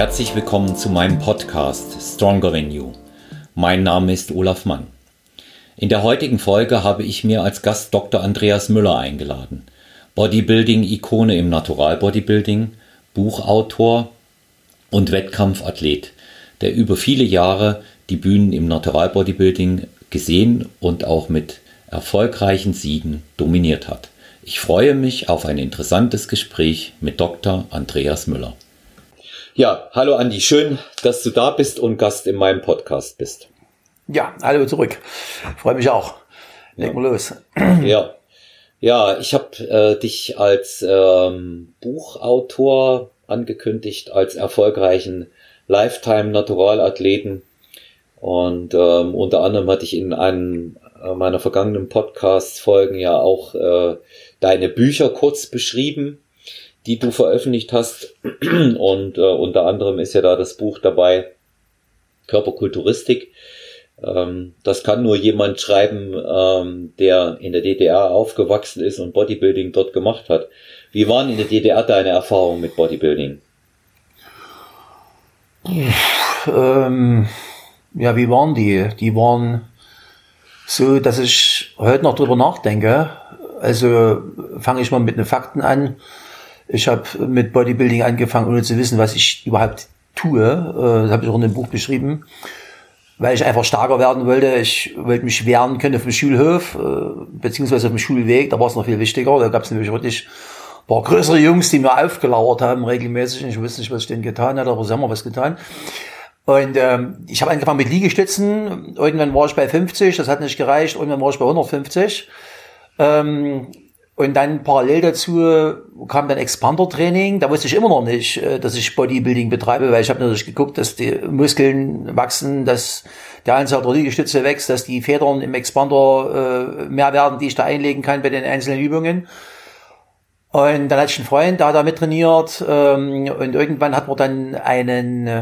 Herzlich willkommen zu meinem Podcast Stronger Than You. Mein Name ist Olaf Mann. In der heutigen Folge habe ich mir als Gast Dr. Andreas Müller eingeladen. Bodybuilding-Ikone im Natural-Bodybuilding, Buchautor und Wettkampfathlet, der über viele Jahre die Bühnen im Natural-Bodybuilding gesehen und auch mit erfolgreichen Siegen dominiert hat. Ich freue mich auf ein interessantes Gespräch mit Dr. Andreas Müller. Ja, hallo Andi, schön, dass du da bist und Gast in meinem Podcast bist. Ja, hallo zurück. Freue mich auch. Legen wir los. Ja, ich habe dich als Buchautor angekündigt, als erfolgreichen Lifetime-Naturalathleten. Und unter anderem hatte ich in einem meiner vergangenen Podcast-Folgen ja auch deine Bücher kurz beschrieben, die du veröffentlicht hast. Und unter anderem ist ja da das Buch dabei, Körperkulturistik. Das kann nur jemand schreiben, der in der DDR aufgewachsen ist und Bodybuilding dort gemacht hat. Wie waren in der DDR deine Erfahrungen mit Bodybuilding? Ja, wie waren die? Die waren so, dass ich heute noch drüber nachdenke. Also fange ich mal mit den Fakten an. Ich habe mit Bodybuilding angefangen, ohne zu wissen, was ich überhaupt tue. Das habe ich auch in dem Buch beschrieben. Weil ich einfach stärker werden wollte. Ich wollte mich wehren können auf dem Schulhof, beziehungsweise auf dem Schulweg. Da war es noch viel wichtiger. Da gab es nämlich wirklich ein paar größere Jungs, die mir aufgelauert haben regelmäßig. Ich wusste nicht, was ich denen getan hatte, aber sie haben mir was getan. Und ich habe angefangen mit Liegestützen. Irgendwann war ich bei 50, das hat nicht gereicht. Irgendwann war ich bei 150. Und dann parallel dazu kam dann Expander-Training. Da wusste ich immer noch nicht, dass ich Bodybuilding betreibe, weil ich habe natürlich geguckt, dass die Muskeln wachsen, dass der Anzahl der Liegestütze wächst, dass die Federn im Expander mehr werden, die ich da einlegen kann bei den einzelnen Übungen. Und dann hatte ich einen Freund, der hat da mittrainiert. Und irgendwann hatten wir dann einen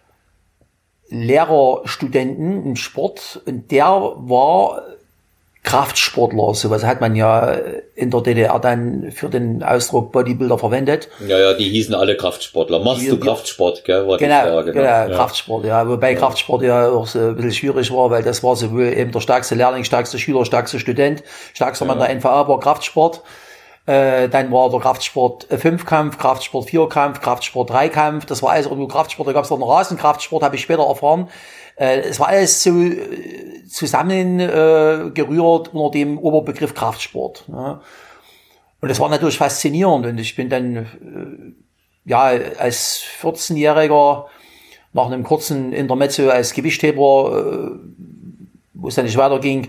Lehrerstudenten im Sport und der war Kraftsportler. Sowas hat man ja in der DDR dann für den Ausdruck Bodybuilder verwendet. Ja, die hießen alle Kraftsportler. Machst du Kraftsport, gell? War genau, Kraftsport, ja. Wobei Kraftsport ja auch so ein bisschen schwierig war, weil das war sowohl eben der stärkste Lehrling, stärkste Schüler, stärkste Student, stärkster Mann der NVA war Kraftsport. Dann war der Kraftsport 5-Kampf, Kraftsport 4-Kampf, Kraftsport 3-Kampf. Das war alles irgendwo Kraftsport. Da gab es noch einen Rasenkraftsport, habe ich später erfahren. Es war alles so zusammengerührt unter dem Oberbegriff Kraftsport. Ja. Und das war natürlich faszinierend. Und ich bin dann als 14-Jähriger nach einem kurzen Intermezzo als Gewichtheber, wo es dann nicht weiterging,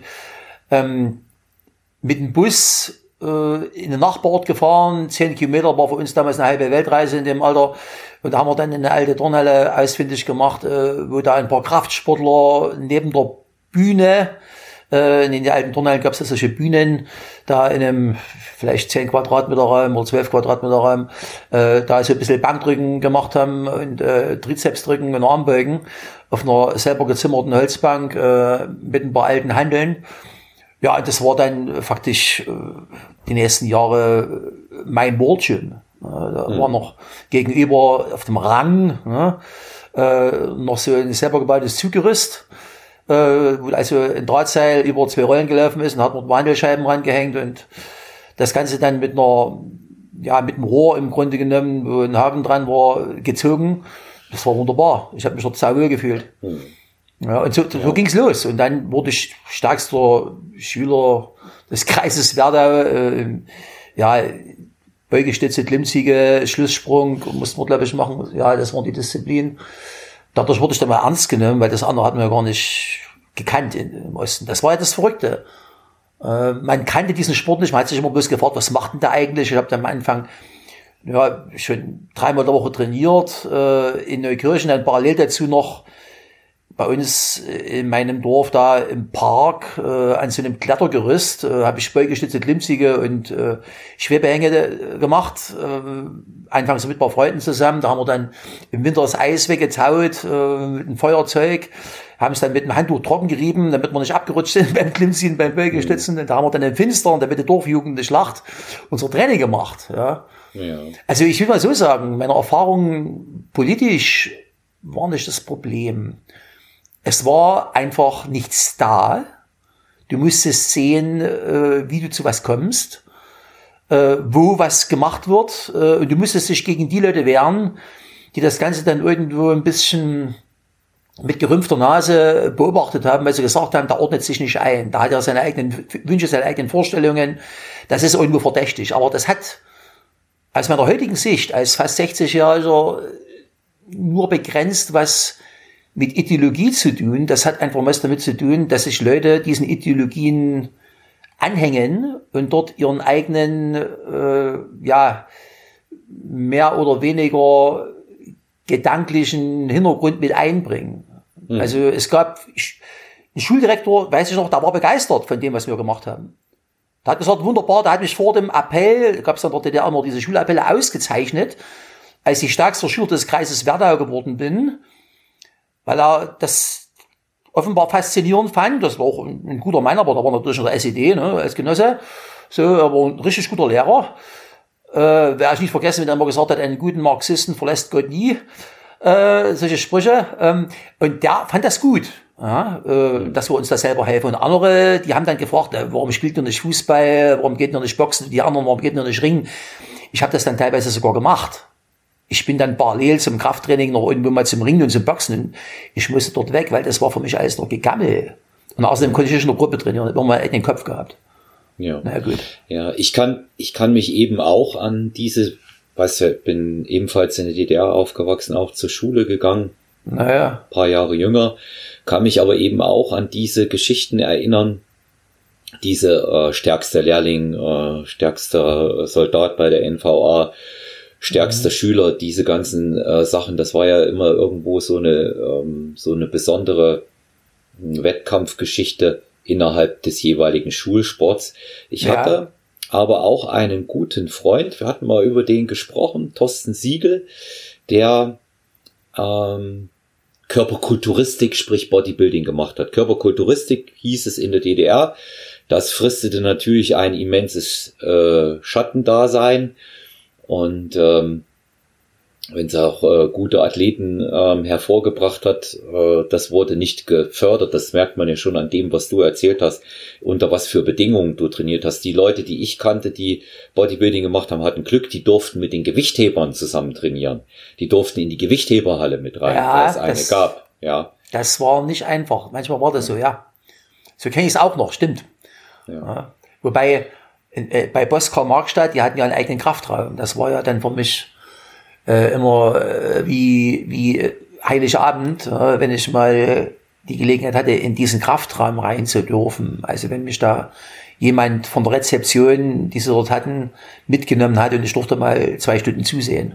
mit dem Bus in den Nachbarort gefahren. 10 Kilometer war für uns damals eine halbe Weltreise in dem Alter. Und da haben wir dann eine alte Turnhalle ausfindig gemacht, wo da ein paar Kraftsportler neben der Bühne, in den alten Turnhallen gab es solche Bühnen, da in einem vielleicht 10 Quadratmeter Raum oder 12 Quadratmeter Raum, da so ein bisschen Bankdrücken gemacht haben und Trizepsdrücken und Armbeugen auf einer selber gezimmerten Holzbank mit ein paar alten Hanteln. Ja, das war dann faktisch die nächsten Jahre mein Wordchen. Da war noch gegenüber auf dem Rang noch so ein selber gebautes Zuggerüst, wo also ein Drahtseil über 2 Rollen gelaufen ist und hat man Wandelscheiben rangehängt und das Ganze dann mit einem Rohr im Grunde genommen, wo ein Haken dran war, gezogen. Das war wunderbar. Ich habe mich dort sauwohl gefühlt. Ja, und so ging's los. Und dann wurde ich stärkster Schüler des Kreises Werdau. Beugestütze, Klimmzüge, Schlusssprung mussten wir, glaube ich, machen. Ja, das war die Disziplin. Dadurch wurde ich dann mal ernst genommen, weil das andere hatten wir ja gar nicht gekannt im Osten. Das war ja das Verrückte. Man kannte diesen Sport nicht. Man hat sich immer bloß gefragt, was macht denn da eigentlich? Ich habe dann am Anfang schon 3-mal der Woche trainiert in Neukirchen, dann parallel dazu noch bei uns in meinem Dorf da im Park an so einem Klettergerüst habe ich beugestützte Klimmzüge und Schwebehänge gemacht. Anfangs mit ein paar Freunden zusammen. Da haben wir dann im Winter das Eis weggetaut mit einem Feuerzeug, haben es dann mit dem Handtuch trocken gerieben, damit wir nicht abgerutscht sind beim Klimmziehen, beim Beugestützen. Und da haben wir dann im Finstern, damit die Dorfjugend nicht lacht, unser Training gemacht. Ja. Also ich will mal so sagen, meine Erfahrungen politisch war nicht das Problem. Es war einfach nichts da. Du musstest sehen, wie du zu was kommst, wo was gemacht wird. Und du musstest dich gegen die Leute wehren, die das Ganze dann irgendwo ein bisschen mit gerümpfter Nase beobachtet haben, weil sie gesagt haben, da ordnet sich nicht ein. Da hat er seine eigenen Wünsche, seine eigenen Vorstellungen. Das ist irgendwo verdächtig. Aber das hat aus meiner heutigen Sicht, als fast 60-Jähriger, nur begrenzt was mit Ideologie zu tun. Das hat einfach was damit zu tun, dass sich Leute diesen Ideologien anhängen und dort ihren eigenen, mehr oder weniger gedanklichen Hintergrund mit einbringen. Mhm. Also es gab einen Schuldirektor, weiß ich noch, der war begeistert von dem, was wir gemacht haben. Der hat gesagt, wunderbar, der hat mich vor dem Appell, gab es dann in der DDR immer diese Schulappelle, ausgezeichnet, als ich stärkster Schüler des Kreises Werdau geworden bin, weil er das offenbar faszinierend fand. Das war auch ein guter Mann, aber da war natürlich noch der SED, ne, als Genosse. So, aber ein richtig guter Lehrer. Werde ich nicht vergessen, wenn er immer gesagt hat, einen guten Marxisten verlässt Gott nie. Solche Sprüche. Und der fand das gut, dass wir uns da selber helfen. Und andere, die haben dann gefragt, warum spielt ihr nicht Fußball, warum geht ihr nicht Boxen, die anderen, warum geht ihr nicht Ringen. Ich habe das dann teilweise sogar gemacht. Ich bin dann parallel zum Krafttraining noch irgendwo mal zum Ringen und zum Boxen. Und ich musste dort weg, weil das war für mich alles noch Gegammel. Und außerdem konnte ich nicht in der Gruppe trainieren, immer mal den Kopf gehabt. Ja. Na gut. Ja, ich kann mich eben auch an diese, bin ebenfalls in der DDR aufgewachsen, auch zur Schule gegangen. Naja. Ein paar Jahre jünger. Kann mich aber eben auch an diese Geschichten erinnern. Diese stärkster Lehrling, stärkster Soldat bei der NVA, stärkster Schüler, diese ganzen Sachen, das war ja immer irgendwo so eine besondere Wettkampfgeschichte innerhalb des jeweiligen Schulsports. Ich hatte aber auch einen guten Freund, wir hatten mal über den gesprochen, Thorsten Siegel, der Körperkulturistik, sprich Bodybuilding gemacht hat. Körperkulturistik hieß es in der DDR. Das fristete natürlich ein immenses Schattendasein. Und wenn es auch gute Athleten hervorgebracht hat, das wurde nicht gefördert. Das merkt man ja schon an dem, was du erzählt hast, unter was für Bedingungen du trainiert hast. Die Leute, die ich kannte, die Bodybuilding gemacht haben, hatten Glück, die durften mit den Gewichthebern zusammen trainieren. Die durften in die Gewichtheberhalle mit rein, weil es eine gab. Ja. Das war nicht einfach. Manchmal war das so, ja. So kenne ich es auch noch, stimmt. Ja. Wobei bei Boskar Markstadt, die hatten ja einen eigenen Kraftraum. Das war ja dann für mich immer wie Heiligabend, wenn ich mal die Gelegenheit hatte, in diesen Kraftraum rein zu dürfen. Also wenn mich da jemand von der Rezeption, die sie dort hatten, mitgenommen hat und ich durfte mal 2 Stunden zusehen.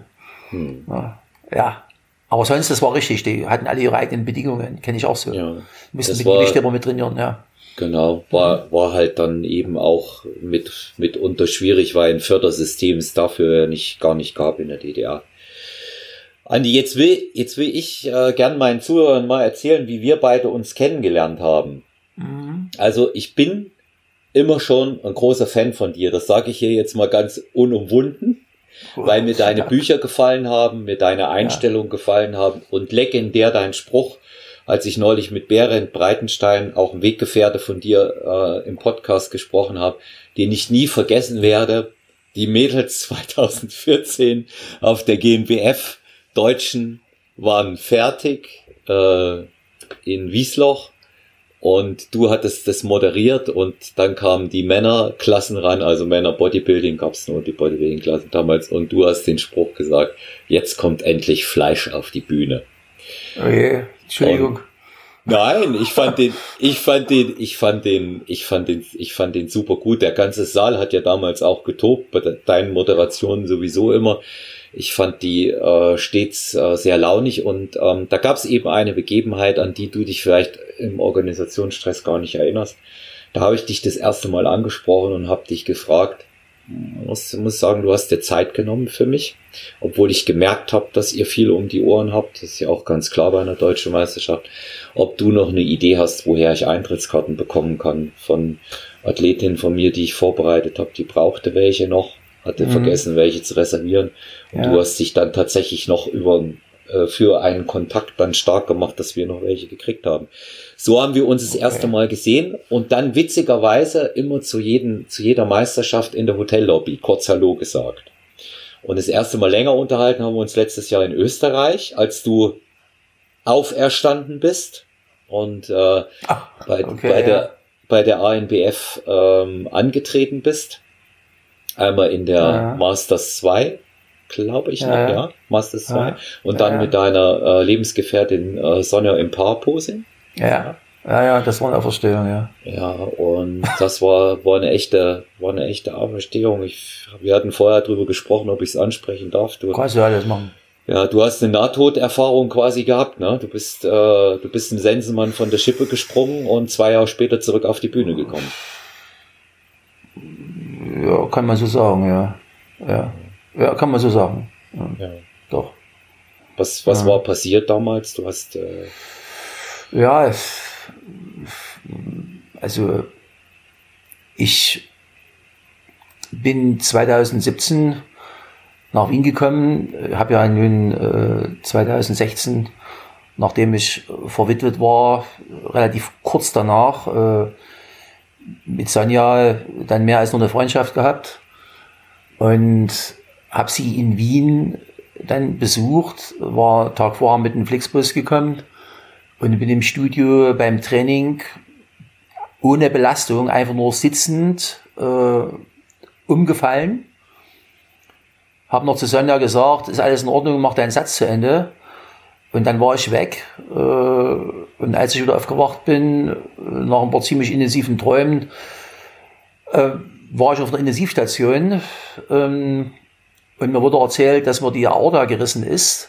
Ja. Aber sonst, das war richtig. Die hatten alle ihre eigenen Bedingungen. Kenne ich auch so. Ja, mussten mit Gewichtheber mit trainieren, ja. Genau, war halt dann eben auch mitunter schwierig, weil ein Fördersystem es dafür gar nicht gab in der DDR. Andi, jetzt will ich gern meinen Zuhörern mal erzählen, wie wir beide uns kennengelernt haben. Mhm. Also ich bin immer schon ein großer Fan von dir. Das sage ich hier jetzt mal ganz unumwunden, weil mir deine Bücher gefallen haben, mir deine Einstellung gefallen haben und legendär dein Spruch, als ich neulich mit Berend Breitenstein, auch ein Weggefährte von dir, im Podcast gesprochen habe, den ich nie vergessen werde. Die Mädels 2014 auf der GNBF Deutschen waren fertig in Wiesloch und du hattest das moderiert und dann kamen die Männerklassen ran, also Männer Bodybuilding, gab es nur die Bodybuilding-Klassen damals und du hast den Spruch gesagt, jetzt kommt endlich Fleisch auf die Bühne. Oh je, Entschuldigung. Nein, ich fand den super gut. Der ganze Saal hat ja damals auch getobt, bei deinen Moderationen sowieso immer. Ich fand die stets sehr launig und da gab es eben eine Begebenheit, an die du dich vielleicht im Organisationsstress gar nicht erinnerst. Da habe ich dich das erste Mal angesprochen und habe dich gefragt, muss sagen, du hast dir Zeit genommen für mich, obwohl ich gemerkt habe, dass ihr viel um die Ohren habt. Das ist ja auch ganz klar bei einer deutschen Meisterschaft. Ob du noch eine Idee hast, woher ich Eintrittskarten bekommen kann von Athletinnen von mir, die ich vorbereitet habe. Die brauchte welche noch, hatte vergessen, welche zu reservieren. Und du hast dich dann tatsächlich noch über für einen Kontakt dann stark gemacht, dass wir noch welche gekriegt haben. So haben wir uns das erste Mal gesehen und dann witzigerweise immer zu jeder Meisterschaft in der Hotellobby kurz Hallo gesagt. Und das erste Mal länger unterhalten haben wir uns letztes Jahr in Österreich, als du auferstanden bist und bei der ANBF angetreten bist. Einmal in der Masters 2, glaube ich noch, Masters 2. Und dann mit deiner Lebensgefährtin Sonja im Paarposing. Ja, das war eine Auferstehung, ja. Ja, und das war eine echte Auferstehung. Wir hatten vorher drüber gesprochen, ob ich es ansprechen darf. Kannst du alles machen. Ja, du hast eine Nahtoderfahrung quasi gehabt, ne? Du bist ein Sensenmann von der Schippe gesprungen und 2 Jahre später zurück auf die Bühne gekommen. Ja, kann man so sagen, ja. Ja, kann man so sagen. Ja. Doch. Was war passiert damals? Du hast... Also ich bin 2017 nach Wien gekommen, habe ja nun 2016, nachdem ich verwitwet war, relativ kurz danach mit Sonja dann mehr als nur eine Freundschaft gehabt und habe sie in Wien dann besucht, war Tag vorher mit dem Flixbus gekommen und bin im Studio beim Training ohne Belastung, einfach nur sitzend, umgefallen. Habe noch zu Sonja gesagt, ist alles in Ordnung, mach deinen Satz zu Ende. Und dann war ich weg. Und als ich wieder aufgewacht bin, nach ein paar ziemlich intensiven Träumen, war ich auf einer Intensivstation. Und mir wurde erzählt, dass mir die Aorta gerissen ist.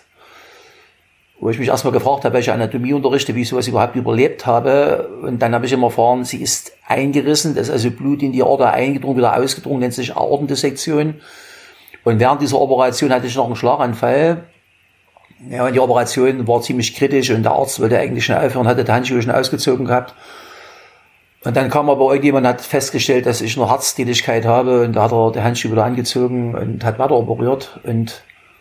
Wo ich mich erstmal gefragt habe, welche Anatomie unterrichte, wie ich sowas überhaupt überlebt habe. Und dann habe ich immer erfahren, sie ist eingerissen, das ist also Blut in die Aorta eingedrungen, wieder ausgedrungen, nennt sich Aortendissektion. Und während dieser Operation hatte ich noch einen Schlaganfall. Ja, und die Operation war ziemlich kritisch und der Arzt wollte eigentlich schon aufhören, hatte die Handschuhe schon ausgezogen gehabt. Und dann kam aber irgendjemand und hat festgestellt, dass ich noch Herztätigkeit habe und da hat er die Handschuhe wieder angezogen und hat weiter operiert. Und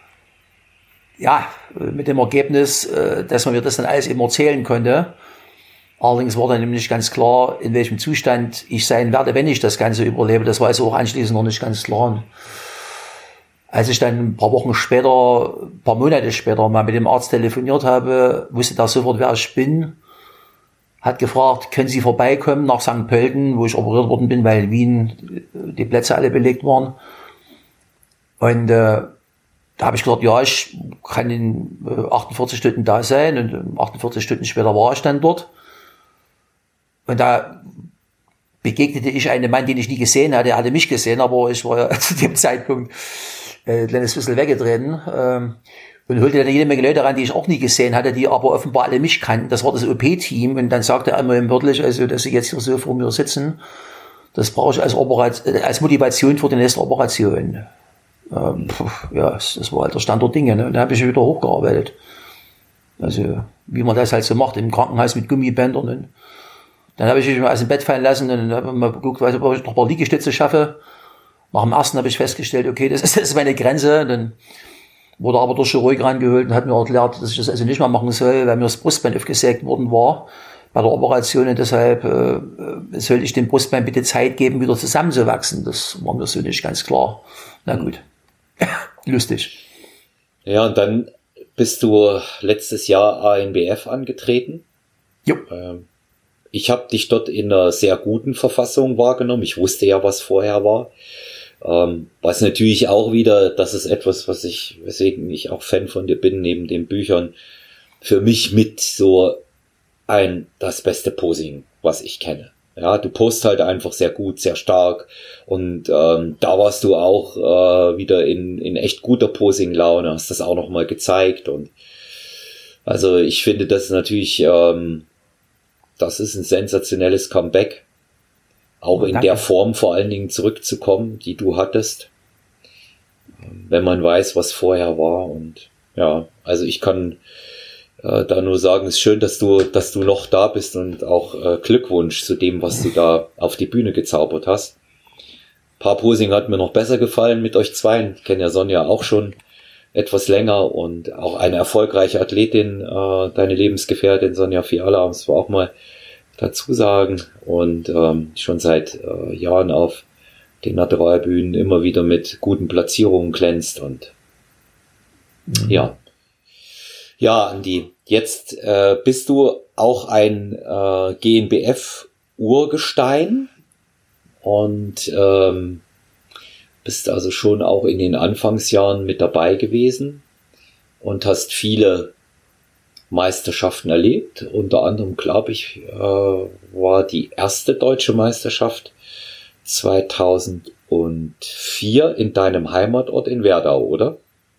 ja, mit dem Ergebnis, dass man mir das dann alles eben erzählen konnte. Allerdings war dann nämlich ganz klar, in welchem Zustand ich sein werde, wenn ich das Ganze überlebe. Das war also auch anschließend noch nicht ganz klar. Und als ich dann ein paar Monate später mal mit dem Arzt telefoniert habe, wusste der sofort, wer ich bin. Hat gefragt, können Sie vorbeikommen nach St. Pölten, wo ich operiert worden bin, weil in Wien die Plätze alle belegt waren. Und da habe ich gesagt, ja, ich kann in 48 Stunden da sein. Und 48 Stunden später war ich dann dort. Und da begegnete ich einem Mann, den ich nie gesehen hatte. Er hatte mich gesehen, aber ich war ja zu dem Zeitpunkt ein kleines bisschen weggetreten. Und holte dann jede Menge Leute ran, die ich auch nie gesehen hatte, die aber offenbar alle mich kannten. Das war das OP-Team. Und dann sagte er immer im wörtlich, also, dass sie jetzt hier so vor mir sitzen, das brauche ich als Motivation für die nächste Operation. Ja, das war halt der Stand der Dinge. Ne? Und dann habe ich mich wieder hochgearbeitet. Also, wie man das halt so macht, im Krankenhaus mit Gummibändern. Und dann habe ich mich mal aus dem Bett fallen lassen und dann habe ich mal geguckt, ob ich noch ein paar Liegestütze schaffe. Nach dem ersten habe ich festgestellt, okay, das ist meine Grenze. Und dann wurde aber der Chirurg rangeholt und hat mir erklärt, dass ich das also nicht mehr machen soll, weil mir das Brustbein aufgesägt worden war bei der Operation. Und deshalb sollte ich dem Brustbein bitte Zeit geben, wieder zusammenzuwachsen. Das war mir so nicht ganz klar. Na gut. Lustig. Ja, und dann bist du letztes Jahr ANBF angetreten. Jo. Ich habe dich dort in einer sehr guten Verfassung wahrgenommen. Ich wusste ja, was vorher war. Was natürlich auch wieder, das ist etwas, weswegen ich auch Fan von dir bin, neben den Büchern, für mich mit so das beste Posing, was ich kenne. Ja, du postest halt einfach sehr gut, sehr stark und da warst du auch wieder in echt guter Posing-Laune, hast das auch nochmal gezeigt und also ich finde das natürlich, das ist ein sensationelles Comeback. Auch in der Form vor allen Dingen zurückzukommen, die du hattest, wenn man weiß, was vorher war. Und ja, also ich kann da nur sagen, es ist schön, dass du noch da bist und auch Glückwunsch zu dem, was du da auf die Bühne gezaubert hast. Paarposing hat mir noch besser gefallen mit euch zweien. Ich kenne ja Sonja auch schon etwas länger und auch eine erfolgreiche Athletin, deine Lebensgefährtin Sonja Fiala, muss man auch mal dazu sagen, und schon seit Jahren auf den Naturalbühnen immer wieder mit guten Platzierungen glänzt und ja, Andi, jetzt bist du auch ein GNBF-Urgestein und bist also schon auch in den Anfangsjahren mit dabei gewesen und hast viele Meisterschaften erlebt. Unter anderem, glaube ich, war die erste deutsche Meisterschaft 2004 in deinem Heimatort in Werdau, oder?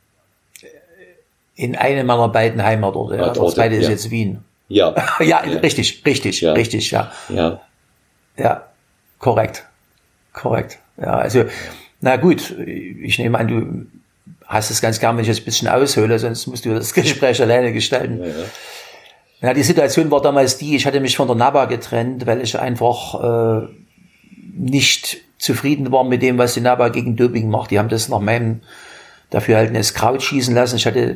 In einem meiner beiden Heimatorte. Ja. Das zweite ist jetzt Wien. Ja. Ja, richtig, ja. Ja. Ja, korrekt. Ja, also, na gut, ich nehme an, du hast es ganz gern, wenn ich jetzt ein bisschen aushöhle, sonst musst du das Gespräch alleine gestalten. Ja, die Situation war damals die, ich hatte mich von der NABA getrennt, weil ich einfach nicht zufrieden war mit dem, was die NABA gegen Doping macht. Die haben das nach meinem Dafürhalten als Kraut schießen lassen. Ich hatte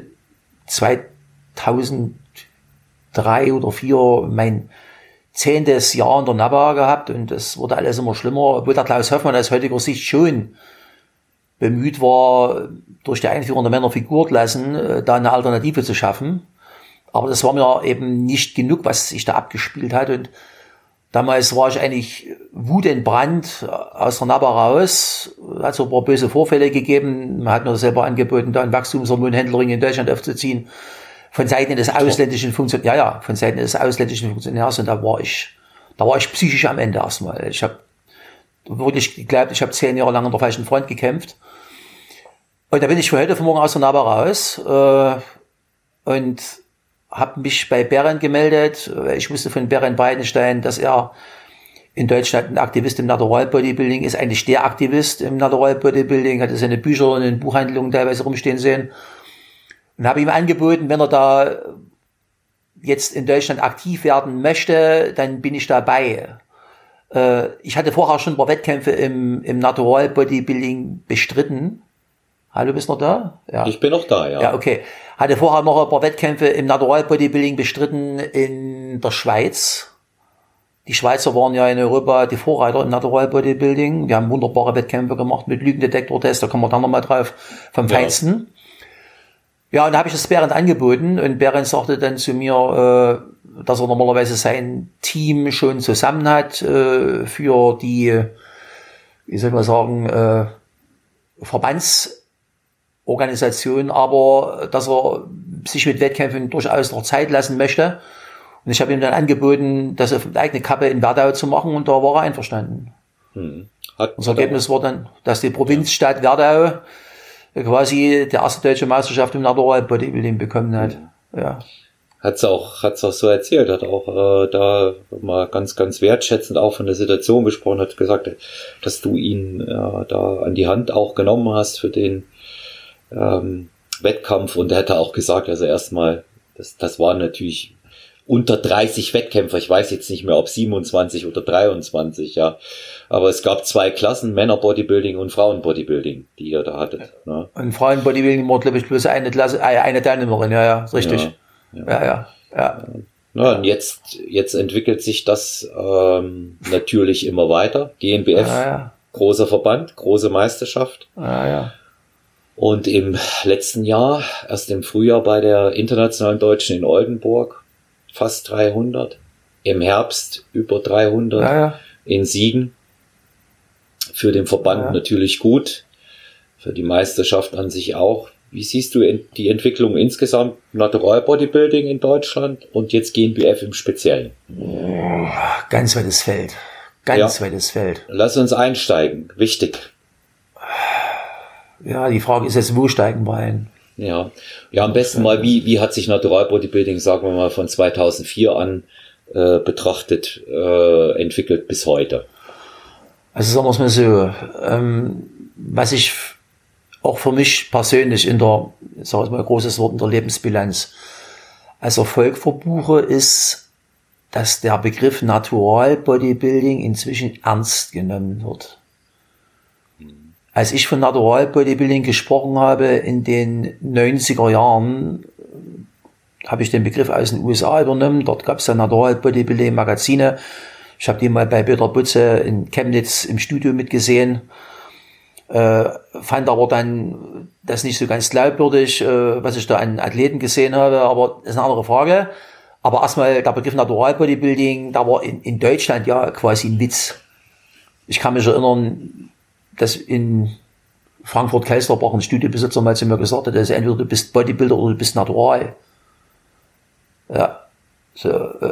2003 oder 2004 mein 10. Jahr in der NABA gehabt und das wurde alles immer schlimmer, obwohl der Klaus Hoffmann aus heutiger Sicht schon bemüht war, durch die Einführung der Männerfigurklassen da eine Alternative zu schaffen. Aber das war mir eben nicht genug, was sich da abgespielt hat. Und damals war ich eigentlich wutentbrannt aus der NABA raus. Hat so ein paar böse Vorfälle gegeben. Man hat mir selber angeboten, da einen Wachstumshormonhändlerring in Deutschland aufzuziehen. Von Seiten des ausländischen Funktionärs. Und da war ich psychisch am Ende erstmal. Ich habe wirklich geglaubt, ich habe 10 Jahre lang an der falschen Front gekämpft. Und da bin ich von heute auf morgen aus der NABA raus und habe mich bei Berend gemeldet. Ich wusste von Berend Breidenstein, dass er in Deutschland ein Aktivist im Natural Bodybuilding ist, eigentlich der Aktivist im Natural Bodybuilding, hatte seine Bücher in den Buchhandlungen teilweise rumstehen sehen. Und habe ihm angeboten, wenn er da jetzt in Deutschland aktiv werden möchte, dann bin ich dabei. Ich hatte vorher schon ein paar Wettkämpfe im Natural Bodybuilding bestritten. Hallo, bist du noch da? Ja. Ich bin noch da, ja. Ja, okay. Hatte vorher noch ein paar Wettkämpfe im Natural Bodybuilding bestritten in der Schweiz. Die Schweizer waren ja in Europa die Vorreiter im Natural Bodybuilding. Wir haben wunderbare Wettkämpfe gemacht mit Lügendetektortest, da kommen wir dann nochmal drauf, vom Feinsten. Ja, und da habe ich das Berend angeboten und Berend sagte dann zu mir, dass er normalerweise sein Team schon zusammen hat für die, wie soll man sagen, Verbandsorganisation, aber dass er sich mit Wettkämpfen durchaus noch Zeit lassen möchte. Und ich habe ihm dann angeboten, das auf eigene Kappe in Werdau zu machen und da war er einverstanden. Das Ergebnis war dann, dass die Provinzstadt Werdau quasi die erste deutsche Meisterschaft im Natural Bodybuilding bekommen hat. Ja. Hat's auch so erzählt, hat auch da mal ganz, ganz wertschätzend auch von der Situation gesprochen, hat gesagt, dass du ihn da an die Hand auch genommen hast für den Wettkampf, und er hätte auch gesagt, also erstmal, das waren natürlich unter 30 Wettkämpfer, ich weiß jetzt nicht mehr, ob 27 oder 23, ja, aber es gab 2 Klassen, Männer-Bodybuilding und Frauen-Bodybuilding, die ihr da hattet. Ne? Und Frauen-Bodybuilding war, glaube ich, bloß eine Klasse, eine Teilnehmerin, ja, richtig. Ja. Na, und jetzt entwickelt sich das natürlich immer weiter. GNBF, großer Verband, große Meisterschaft. Und im letzten Jahr, erst im Frühjahr bei der Internationalen Deutschen in Oldenburg, fast 300. Im Herbst über 300 in Siegen. Für den Verband natürlich gut. Für die Meisterschaft an sich auch. Wie siehst du die Entwicklung insgesamt Natural Bodybuilding in Deutschland und jetzt GNBF im Speziellen? Ganz weites Feld. Weites Feld. Lass uns einsteigen. Wichtig. Ja, die Frage ist jetzt, wo steigen wir ein? Ja, am besten mal, wie hat sich Natural Bodybuilding, sagen wir mal, von 2004 an betrachtet, entwickelt bis heute? Also sagen wir es mal so, was ich auch für mich persönlich in der, sag ich mal, großes Wort, in der Lebensbilanz als Erfolg verbuche, ist, dass der Begriff Natural Bodybuilding inzwischen ernst genommen wird. als ich von Natural Bodybuilding gesprochen habe in den 90er Jahren, habe ich den Begriff aus den USA übernommen. Dort gab es ja Natural Bodybuilding Magazine. Ich habe die mal bei Peter Butze in Chemnitz im Studio mitgesehen. Fand aber dann das nicht so ganz glaubwürdig, was ich da an Athleten gesehen habe. Aber das ist eine andere Frage. Aber erstmal der Begriff Natural Bodybuilding, da war in Deutschland ja quasi ein Witz. Ich kann mich erinnern, dass in Frankfurt-Kelsterbach ein Studiobesitzer mal zu mir gesagt hat, also entweder du bist Bodybuilder oder du bist Natural. Ja, so,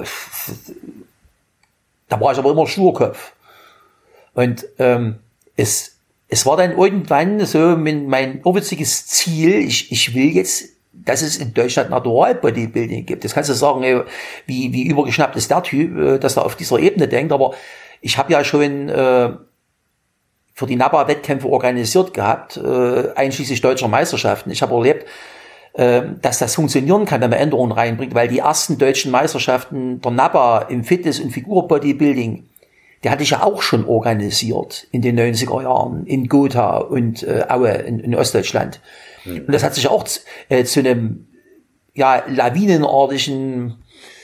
da war ich aber immer Sturkopf. Und es war dann irgendwann so mein irrwitziges Ziel, ich will jetzt, dass es in Deutschland Natural Bodybuilding gibt. Das kannst du sagen, wie übergeschnappt ist der Typ, dass er auf dieser Ebene denkt, aber ich habe ja schon für die NABBA-Wettkämpfe organisiert gehabt, einschließlich deutscher Meisterschaften. Ich habe erlebt, dass das funktionieren kann, wenn man Änderungen reinbringt, weil die ersten deutschen Meisterschaften der NABBA im Fitness- und Figur-Bodybuilding, die hatte ich ja auch schon organisiert in den 90er Jahren in Gotha und Aue in Ostdeutschland. Und das hat sich auch zu einem lawinenartigen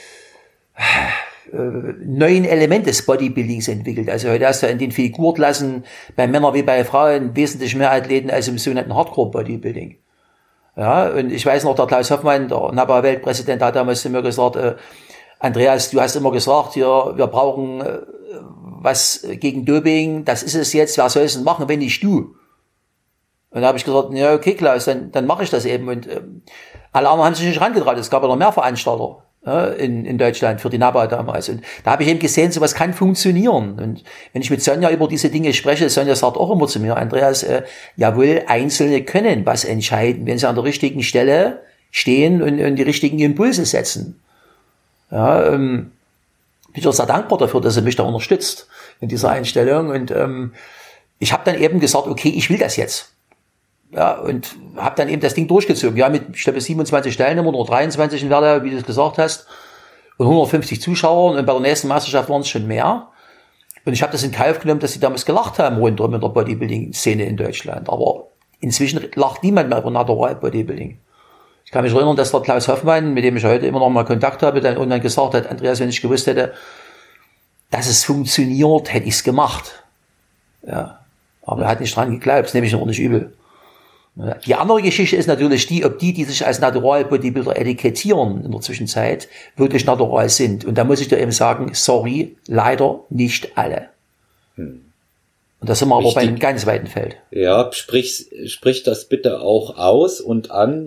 neuen Element des Bodybuildings entwickelt. Also heute hast du in den Figurklassen bei Männern wie bei Frauen wesentlich mehr Athleten als im sogenannten Hardcore-Bodybuilding. Ja, und ich weiß noch, der Klaus Hoffmann, der NABBA-Weltpräsident, hat damals zu mir gesagt, Andreas, du hast immer gesagt, hier, wir brauchen was gegen Doping, das ist es jetzt, wer soll es denn machen, wenn nicht du? Und da habe ich gesagt, ja, okay, Klaus, dann mache ich das eben. Und alle anderen haben sich nicht herangetraut. Es gab ja noch mehr Veranstalter in Deutschland für die NABBA damals. Und da habe ich eben gesehen, sowas kann funktionieren. Und wenn ich mit Sonja über diese Dinge spreche, Sonja sagt auch immer zu mir, Andreas, jawohl, Einzelne können was entscheiden, wenn sie an der richtigen Stelle stehen und die richtigen Impulse setzen. Ja, bin ich auch sehr dankbar dafür, dass er mich da unterstützt in dieser Einstellung. Und ich habe dann eben gesagt, okay, ich will das jetzt. Ja, und habe dann eben das Ding durchgezogen. Ja, mit, ich glaube, 27 Teilnehmern oder 23 in Werder, wie du es gesagt hast, und 150 Zuschauern. Und bei der nächsten Meisterschaft waren es schon mehr. Und ich habe das in Kauf genommen, dass sie damals gelacht haben rundherum in der Bodybuilding-Szene in Deutschland. Aber inzwischen lacht niemand mehr über Natural Bodybuilding. Ich kann mich erinnern, dass der Klaus Hoffmann, mit dem ich heute immer noch mal Kontakt habe, dann irgendwann gesagt hat, Andreas, wenn ich gewusst hätte, dass es funktioniert, hätte ich es gemacht. Ja, aber er hat nicht dran geglaubt, das nehme ich noch nicht übel. Die andere Geschichte ist natürlich die, ob die sich als Natural Bodybuilder etikettieren in der Zwischenzeit, wirklich natural sind. Und da muss ich dir eben sagen, sorry, leider nicht alle. Und da sind wir aber bei einem ganz weiten Feld. Ja, sprich das bitte auch aus und an.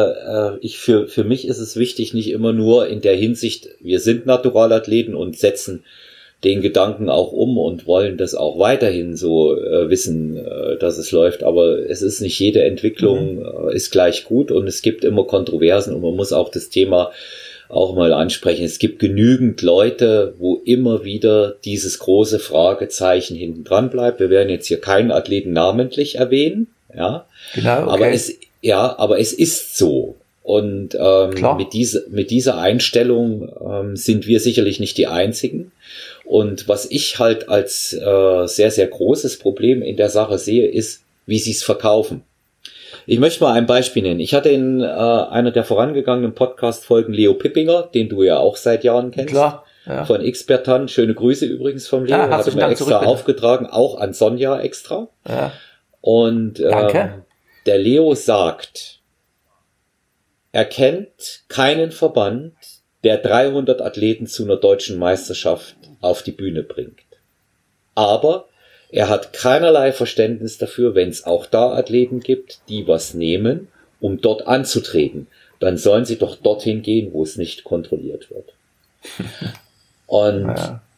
Für mich ist es wichtig, nicht immer nur in der Hinsicht, wir sind Naturalathleten und setzen den Gedanken auch um und wollen das auch weiterhin so wissen, dass es läuft. Aber es ist nicht jede Entwicklung ist gleich gut und es gibt immer Kontroversen und man muss auch das Thema auch mal ansprechen. Es gibt genügend Leute, wo immer wieder dieses große Fragezeichen hinten dran bleibt. Wir werden jetzt hier keinen Athleten namentlich erwähnen, ja. Genau, okay. Aber es ist so. Und mit dieser Einstellung sind wir sicherlich nicht die Einzigen. Und was ich halt als sehr, sehr großes Problem in der Sache sehe, ist, wie sie es verkaufen. Ich möchte mal ein Beispiel nennen. Ich hatte in einer der vorangegangenen Podcast-Folgen Leo Pippinger, den du ja auch seit Jahren kennst. Klar, ja. Von Expertan. Schöne Grüße übrigens vom Leo. Ja, hatte mir extra aufgetragen, auch an Sonja extra. Ja. Und der Leo sagt, er kennt keinen Verband, der 300 Athleten zu einer deutschen Meisterschaft auf die Bühne bringt. Aber er hat keinerlei Verständnis dafür, wenn es auch da Athleten gibt, die was nehmen, um dort anzutreten. Dann sollen sie doch dorthin gehen, wo es nicht kontrolliert wird. Und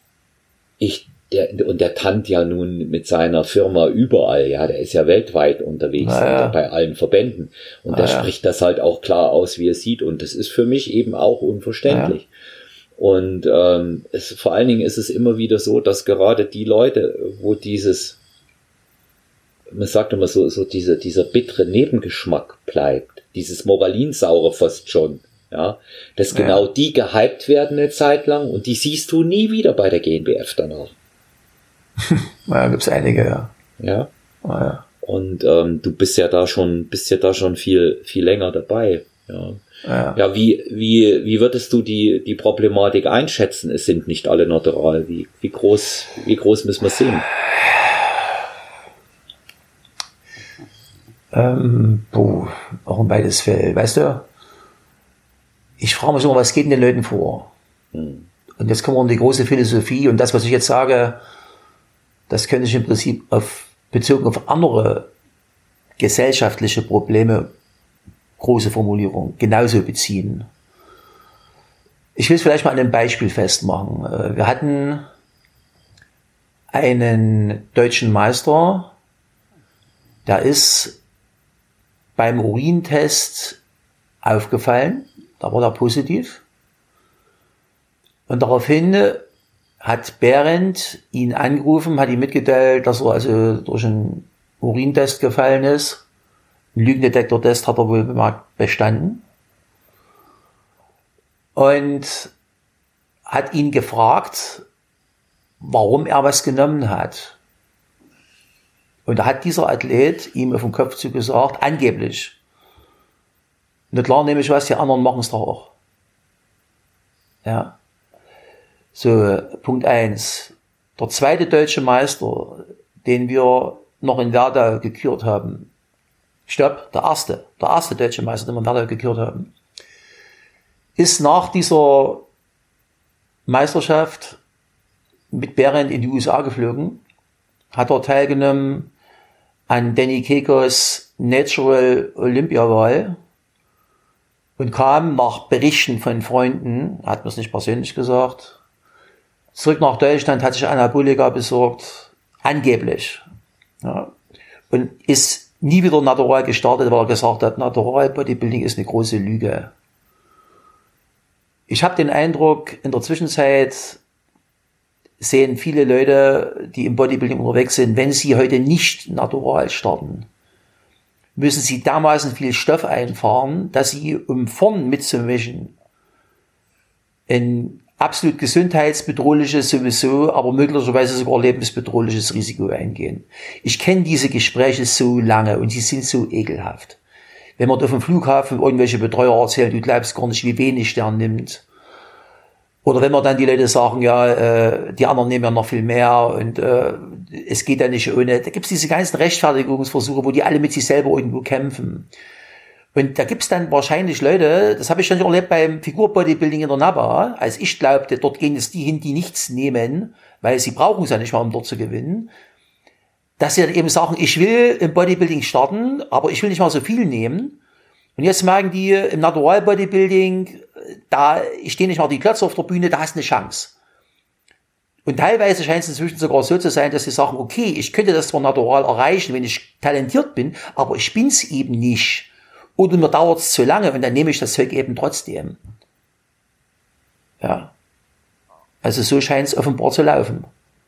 der tannt ja nun mit seiner Firma überall, ja, der ist ja weltweit unterwegs, bei allen Verbänden. Und der spricht das halt auch klar aus, wie er sieht. Und das ist für mich eben auch unverständlich. Ja. Und vor allen Dingen ist es immer wieder so, dass gerade die Leute, wo man sagt immer so dieser bittere Nebengeschmack bleibt, dieses Moralinsaure fast schon, ja, dass genau die gehypt werden eine Zeit lang und die siehst du nie wieder bei der GNBF danach. Ja, gibt's einige, ja. Ja. Ja. Und du bist ja da schon viel länger dabei. Ja, wie würdest du die Problematik einschätzen? Es sind nicht alle natural. Wie groß müssen wir sehen? Auch ein weites Feld. Weißt du, ich frage mich immer, was geht den Leuten vor? Und jetzt kommen wir um die große Philosophie, und das, was ich jetzt sage, das könnte ich im Prinzip bezogen auf andere gesellschaftliche Probleme, große Formulierung, genauso beziehen. Ich will es vielleicht mal an einem Beispiel festmachen. Wir hatten einen deutschen Meister, der ist beim Urintest aufgefallen, da war er positiv. Und daraufhin hat Behrendt ihn angerufen, hat ihm mitgeteilt, dass er also durch einen Urintest gefallen ist. Ein Lügendetektor-Test hat er wohl bestanden. Und hat ihn gefragt, warum er was genommen hat. Und da hat dieser Athlet ihm auf den Kopf zugesagt, angeblich: Na klar, nehme ich was, die anderen machen es doch auch. Ja. So, Punkt 1. Der zweite deutsche Meister, den wir noch in Werdau gekürt haben. Stopp, der erste deutsche Meister, den wir in Werdau gekürt haben, ist nach dieser Meisterschaft mit Behrendt in die USA geflogen, hat dort teilgenommen an Danny Kekos Natural Olympia-Wahl und kam nach Berichten von Freunden, hat mir es nicht persönlich gesagt, zurück nach Deutschland, hat sich Anabolika besorgt, angeblich. Ja, und ist nie wieder natural gestartet, weil er gesagt hat, Natural Bodybuilding ist eine große Lüge. Ich habe den Eindruck, in der Zwischenzeit sehen viele Leute, die im Bodybuilding unterwegs sind, wenn sie heute nicht natural starten, müssen sie dermaßen viel Stoff einfahren, dass sie, um vorn mitzumischen, ein absolut gesundheitsbedrohliches sowieso, aber möglicherweise sogar lebensbedrohliches Risiko eingehen. Ich kenne diese Gespräche so lange und sie sind so ekelhaft. Wenn man auf dem Flughafen irgendwelche Betreuer erzählt, du glaubst gar nicht, wie wenig der nimmt. Oder wenn man dann die Leute sagen, ja, die anderen nehmen ja noch viel mehr und es geht ja nicht ohne. Da gibt es diese ganzen Rechtfertigungsversuche, wo die alle mit sich selber irgendwo kämpfen. Und da gibt es dann wahrscheinlich Leute, das habe ich schon erlebt beim Figurbodybuilding in der NABA, als ich glaubte, dort gehen es die hin, die nichts nehmen, weil sie brauchen es ja nicht mal, um dort zu gewinnen, dass sie dann eben sagen, ich will im Bodybuilding starten, aber ich will nicht mal so viel nehmen. Und jetzt merken die, im Natural Bodybuilding, da stehen nicht mal die Klötze auf der Bühne, da hast du eine Chance. Und teilweise scheint es inzwischen sogar so zu sein, dass sie sagen, okay, ich könnte das zwar natural erreichen, wenn ich talentiert bin, aber ich bin's eben nicht. Oder mir dauert es zu lange und dann nehme ich das Zeug eben trotzdem. Ja. Also so scheint es offenbar zu laufen.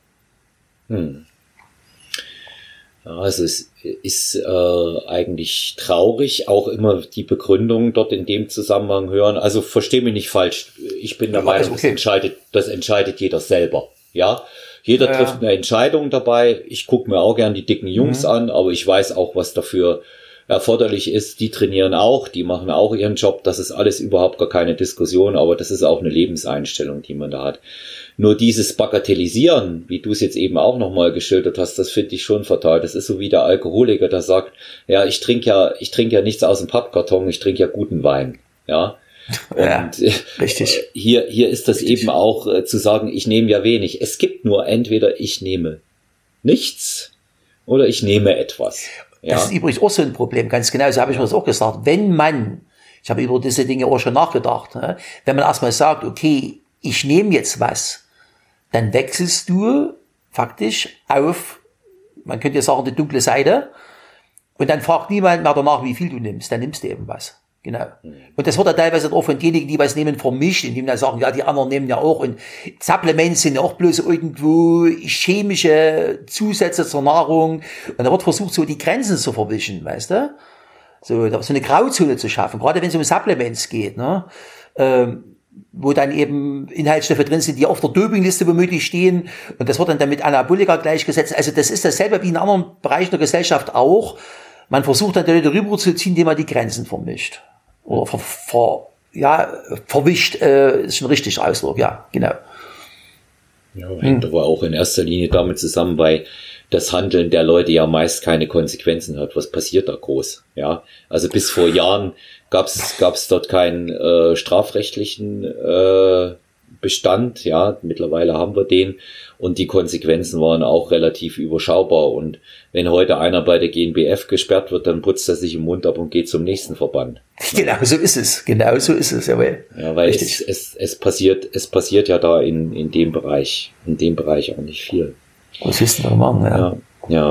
Ja, also es ist eigentlich traurig, auch immer die Begründung dort in dem Zusammenhang hören. Also versteh mich nicht falsch. Ich bin der Meinung, okay, das entscheidet jeder selber. Ja, jeder trifft eine Entscheidung dabei. Ich gucke mir auch gern die dicken Jungs an, aber ich weiß auch, was dafür erforderlich ist. Die trainieren auch, die machen auch ihren Job. Das ist alles überhaupt gar keine Diskussion, aber das ist auch eine Lebenseinstellung, die man da hat. Nur dieses Bagatellisieren, wie du es jetzt eben auch nochmal geschildert hast, das finde ich schon fatal. Das ist so wie der Alkoholiker, der sagt, ja, ich trinke ja nichts aus dem Pappkarton, ich trinke ja guten Wein. Ja. Und ja, richtig. Hier ist das richtig. Eben auch zu sagen, ich nehme ja wenig. Es gibt nur entweder ich nehme nichts oder ich nehme etwas. Ja. Das ist übrigens auch so ein Problem, ganz genau, so habe ich mir das auch gesagt. Ich habe über diese Dinge auch schon nachgedacht, ne? Wenn man erstmal sagt, okay, ich nehme jetzt was, dann wechselst du faktisch auf, man könnte ja sagen, die dunkle Seite, und dann fragt niemand mehr danach, wie viel du nimmst, dann nimmst du eben was. Genau. Und das wird ja teilweise auch von denjenigen, die was nehmen, vermischt, indem dann sagen, ja, die anderen nehmen ja auch, und Supplements sind ja auch bloß irgendwo chemische Zusätze zur Nahrung, und da wird versucht, so die Grenzen zu verwischen, weißt du? So eine Grauzone zu schaffen, gerade wenn es um Supplements geht, ne? wo dann eben Inhaltsstoffe drin sind, die auf der Dopingliste womöglich stehen. Und das wird dann mit Anabolika gleichgesetzt. Also das ist dasselbe wie in anderen Bereichen der Gesellschaft auch. Man versucht dann die Leute rüberzuziehen, indem man die Grenzen vermischt. Oder verwischt, ist schon richtig Ausdruck, ja, genau. Ja, hängt aber auch in erster Linie damit zusammen, weil das Handeln der Leute ja meist keine Konsequenzen hat. Was passiert da groß? Ja, also bis vor Jahren gab's dort keinen strafrechtlichen Bestand. Ja, mittlerweile haben wir den und die Konsequenzen waren auch relativ überschaubar. Und wenn heute einer bei der GNBF gesperrt wird, dann putzt er sich im Mund ab und geht zum nächsten Verband. Genau so ist es. Genau so ist es. Jawohl. Ja, weil es passiert ja da in dem Bereich auch nicht viel. Was willst du da machen?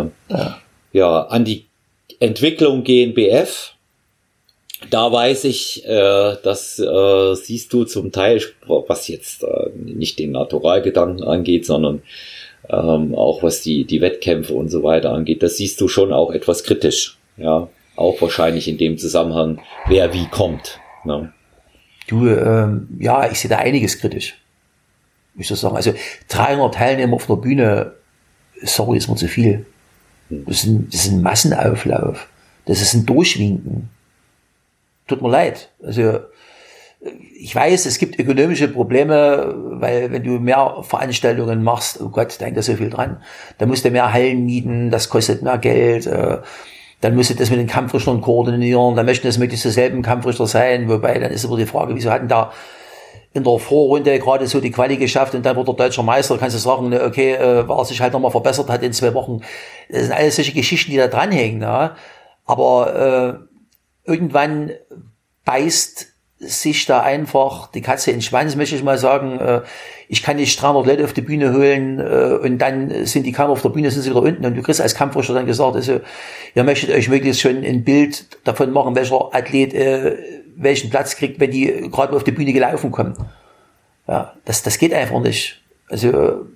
Ja, an die Entwicklung GNBF, da weiß ich, das siehst du zum Teil, was jetzt nicht den Naturalgedanken angeht, sondern auch was die Wettkämpfe und so weiter angeht, das siehst du schon auch etwas kritisch. Ja, auch wahrscheinlich in dem Zusammenhang, wer wie kommt. Ne? Du, ich sehe da einiges kritisch. Ich muss sagen, also 300 Teilnehmer auf der Bühne, sorry, ist mir zu viel. Das ist ein Massenauflauf. Das ist ein Durchwinken. Tut mir leid. Also, ich weiß, es gibt ökonomische Probleme, weil wenn du mehr Veranstaltungen machst, oh Gott, da hängt da so viel dran. Da musst du mehr Hallen mieten, das kostet mehr Geld. Dann musst du das mit den Kampfrichtern koordinieren, dann möchten das möglichst dieselben Kampfrichter sein, wobei dann ist aber die Frage, wieso hatten da in der Vorrunde gerade so die Quali geschafft und dann wurde der deutscher Meister, kannst du sagen, okay, war sich halt nochmal verbessert hat in 2 Wochen. Das sind alles solche Geschichten, die da dranhängen. Ja? Aber irgendwann beißt sich da einfach die Katze in den Schwanz, möchte ich mal sagen. Ich kann nicht 300 Leute auf die Bühne holen und dann sind die kaum auf der Bühne, sind sie wieder unten und du kriegst als Kampfrichter dann gesagt, also ihr möchtet euch möglichst schon ein Bild davon machen, welcher Athlet welchen Platz kriegt, wenn die gerade auf die Bühne gelaufen kommen. Ja, das geht einfach nicht. Also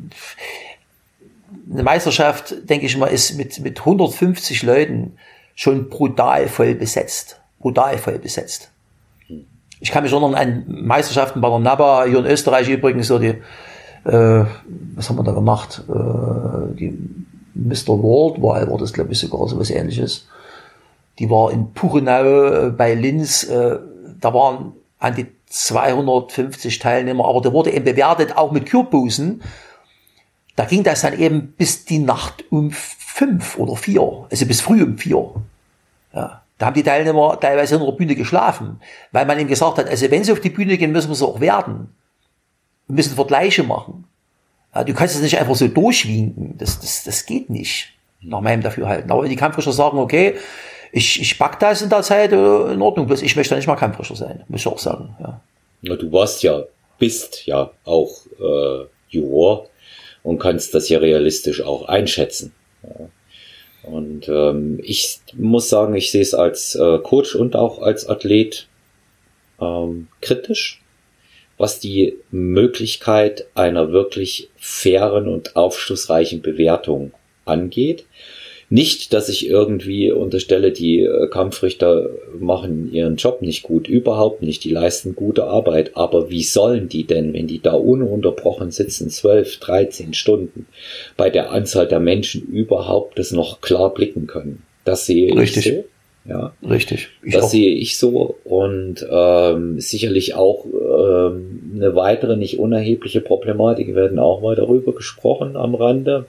eine Meisterschaft, denke ich mal, ist mit 150 Leuten schon brutal voll besetzt. Brutal voll besetzt. Ich kann mich erinnern an Meisterschaften bei der NABA, hier in Österreich übrigens, so die, was haben wir da gemacht? Die Mr. Worldwide war das, glaube ich, sogar so was Ähnliches. Die war in Puchenau bei Linz, da waren an die 250 Teilnehmer, aber da wurde eben bewertet, auch mit Kürbusen. Da ging das dann eben bis die Nacht um 5 oder 4, also bis früh um 4. Ja. Da haben die Teilnehmer teilweise in der Bühne geschlafen, weil man ihm gesagt hat, also wenn sie auf die Bühne gehen, müssen wir sie auch werden. Wir müssen Vergleiche machen. Ja, du kannst es nicht einfach so durchwinken. Das geht nicht, nach meinem Dafürhalten. Aber wenn die Kampfrichter sagen, okay, ich pack das in der Zeit, in Ordnung, bloß ich möchte nicht mal Kampfrichter sein, muss ich auch sagen. Ja. Na, du bist ja auch Juror und kannst das ja realistisch auch einschätzen. Ja. Und ich muss sagen, ich sehe es als Coach und auch als Athlet kritisch, was die Möglichkeit einer wirklich fairen und aufschlussreichen Bewertung angeht. Nicht, dass ich irgendwie unterstelle, die Kampfrichter machen ihren Job nicht gut, überhaupt nicht, die leisten gute Arbeit, aber wie sollen die denn, wenn die da ununterbrochen sitzen, 12, 13 Stunden, bei der Anzahl der Menschen überhaupt das noch klar blicken können? Das sehe ich so. Ja, richtig. Das sehe ich so und sicherlich auch eine weitere, nicht unerhebliche Problematik, wir werden auch mal darüber gesprochen am Rande.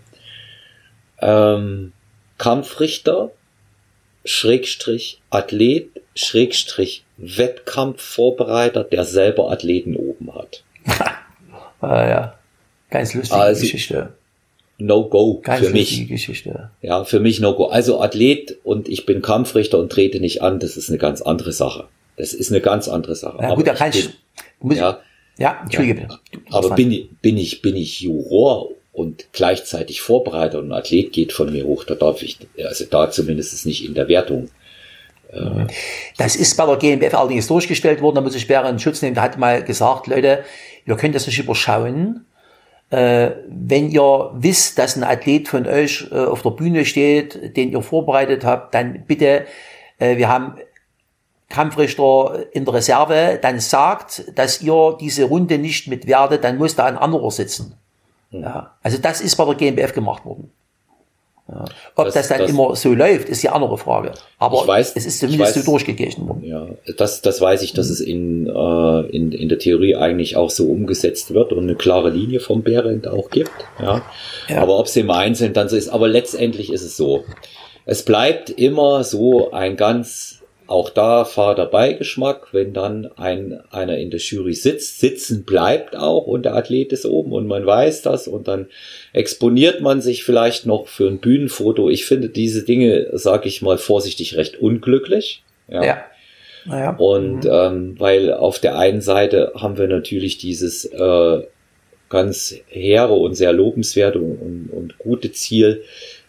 Kampfrichter, Athlet, Wettkampfvorbereiter, der selber Athleten oben hat. Ja, ganz lustige Geschichte. No-Go ganz für mich. Geschichte. Ja, für mich No-Go. Also Athlet und ich bin Kampfrichter und trete nicht an, das ist eine ganz andere Sache. Ja, gut, da kann ich. Entschuldige bitte. Aber bin ich Juror und gleichzeitig Vorbereiter und ein Athlet geht von mir hoch, da darf ich, also da zumindest nicht in der Wertung. Das ist bei der GNBF allerdings durchgestellt worden, da muss ich Bären in Schutz nehmen, der hat mal gesagt, Leute, ihr könnt das nicht überschauen, wenn ihr wisst, dass ein Athlet von euch auf der Bühne steht, den ihr vorbereitet habt, dann bitte, wir haben Kampfrichter in der Reserve dann sagt, dass ihr diese Runde nicht mitwertet, dann muss da ein anderer sitzen. Ja, also das ist bei der GmbF gemacht worden. Ja. Ob das dann immer so läuft, ist die andere Frage. Aber es ist zumindest so durchgegeben worden. Ja, das weiß ich, dass es in der Theorie eigentlich auch so umgesetzt wird und eine klare Linie vom Behrendt auch gibt. Ja. Aber ob es im Einzelnen dann so ist, aber letztendlich ist es so. Es bleibt immer so ein ganz, auch da fader Beigeschmack, wenn dann einer in der Jury sitzt, sitzen bleibt auch und der Athlet ist oben und man weiß das und dann exponiert man sich vielleicht noch für ein Bühnenfoto. Ich finde diese Dinge, sage ich mal vorsichtig, recht unglücklich. Ja. Naja. Und weil auf der einen Seite haben wir natürlich dieses ganz hehre und sehr lobenswerte und gute Ziel,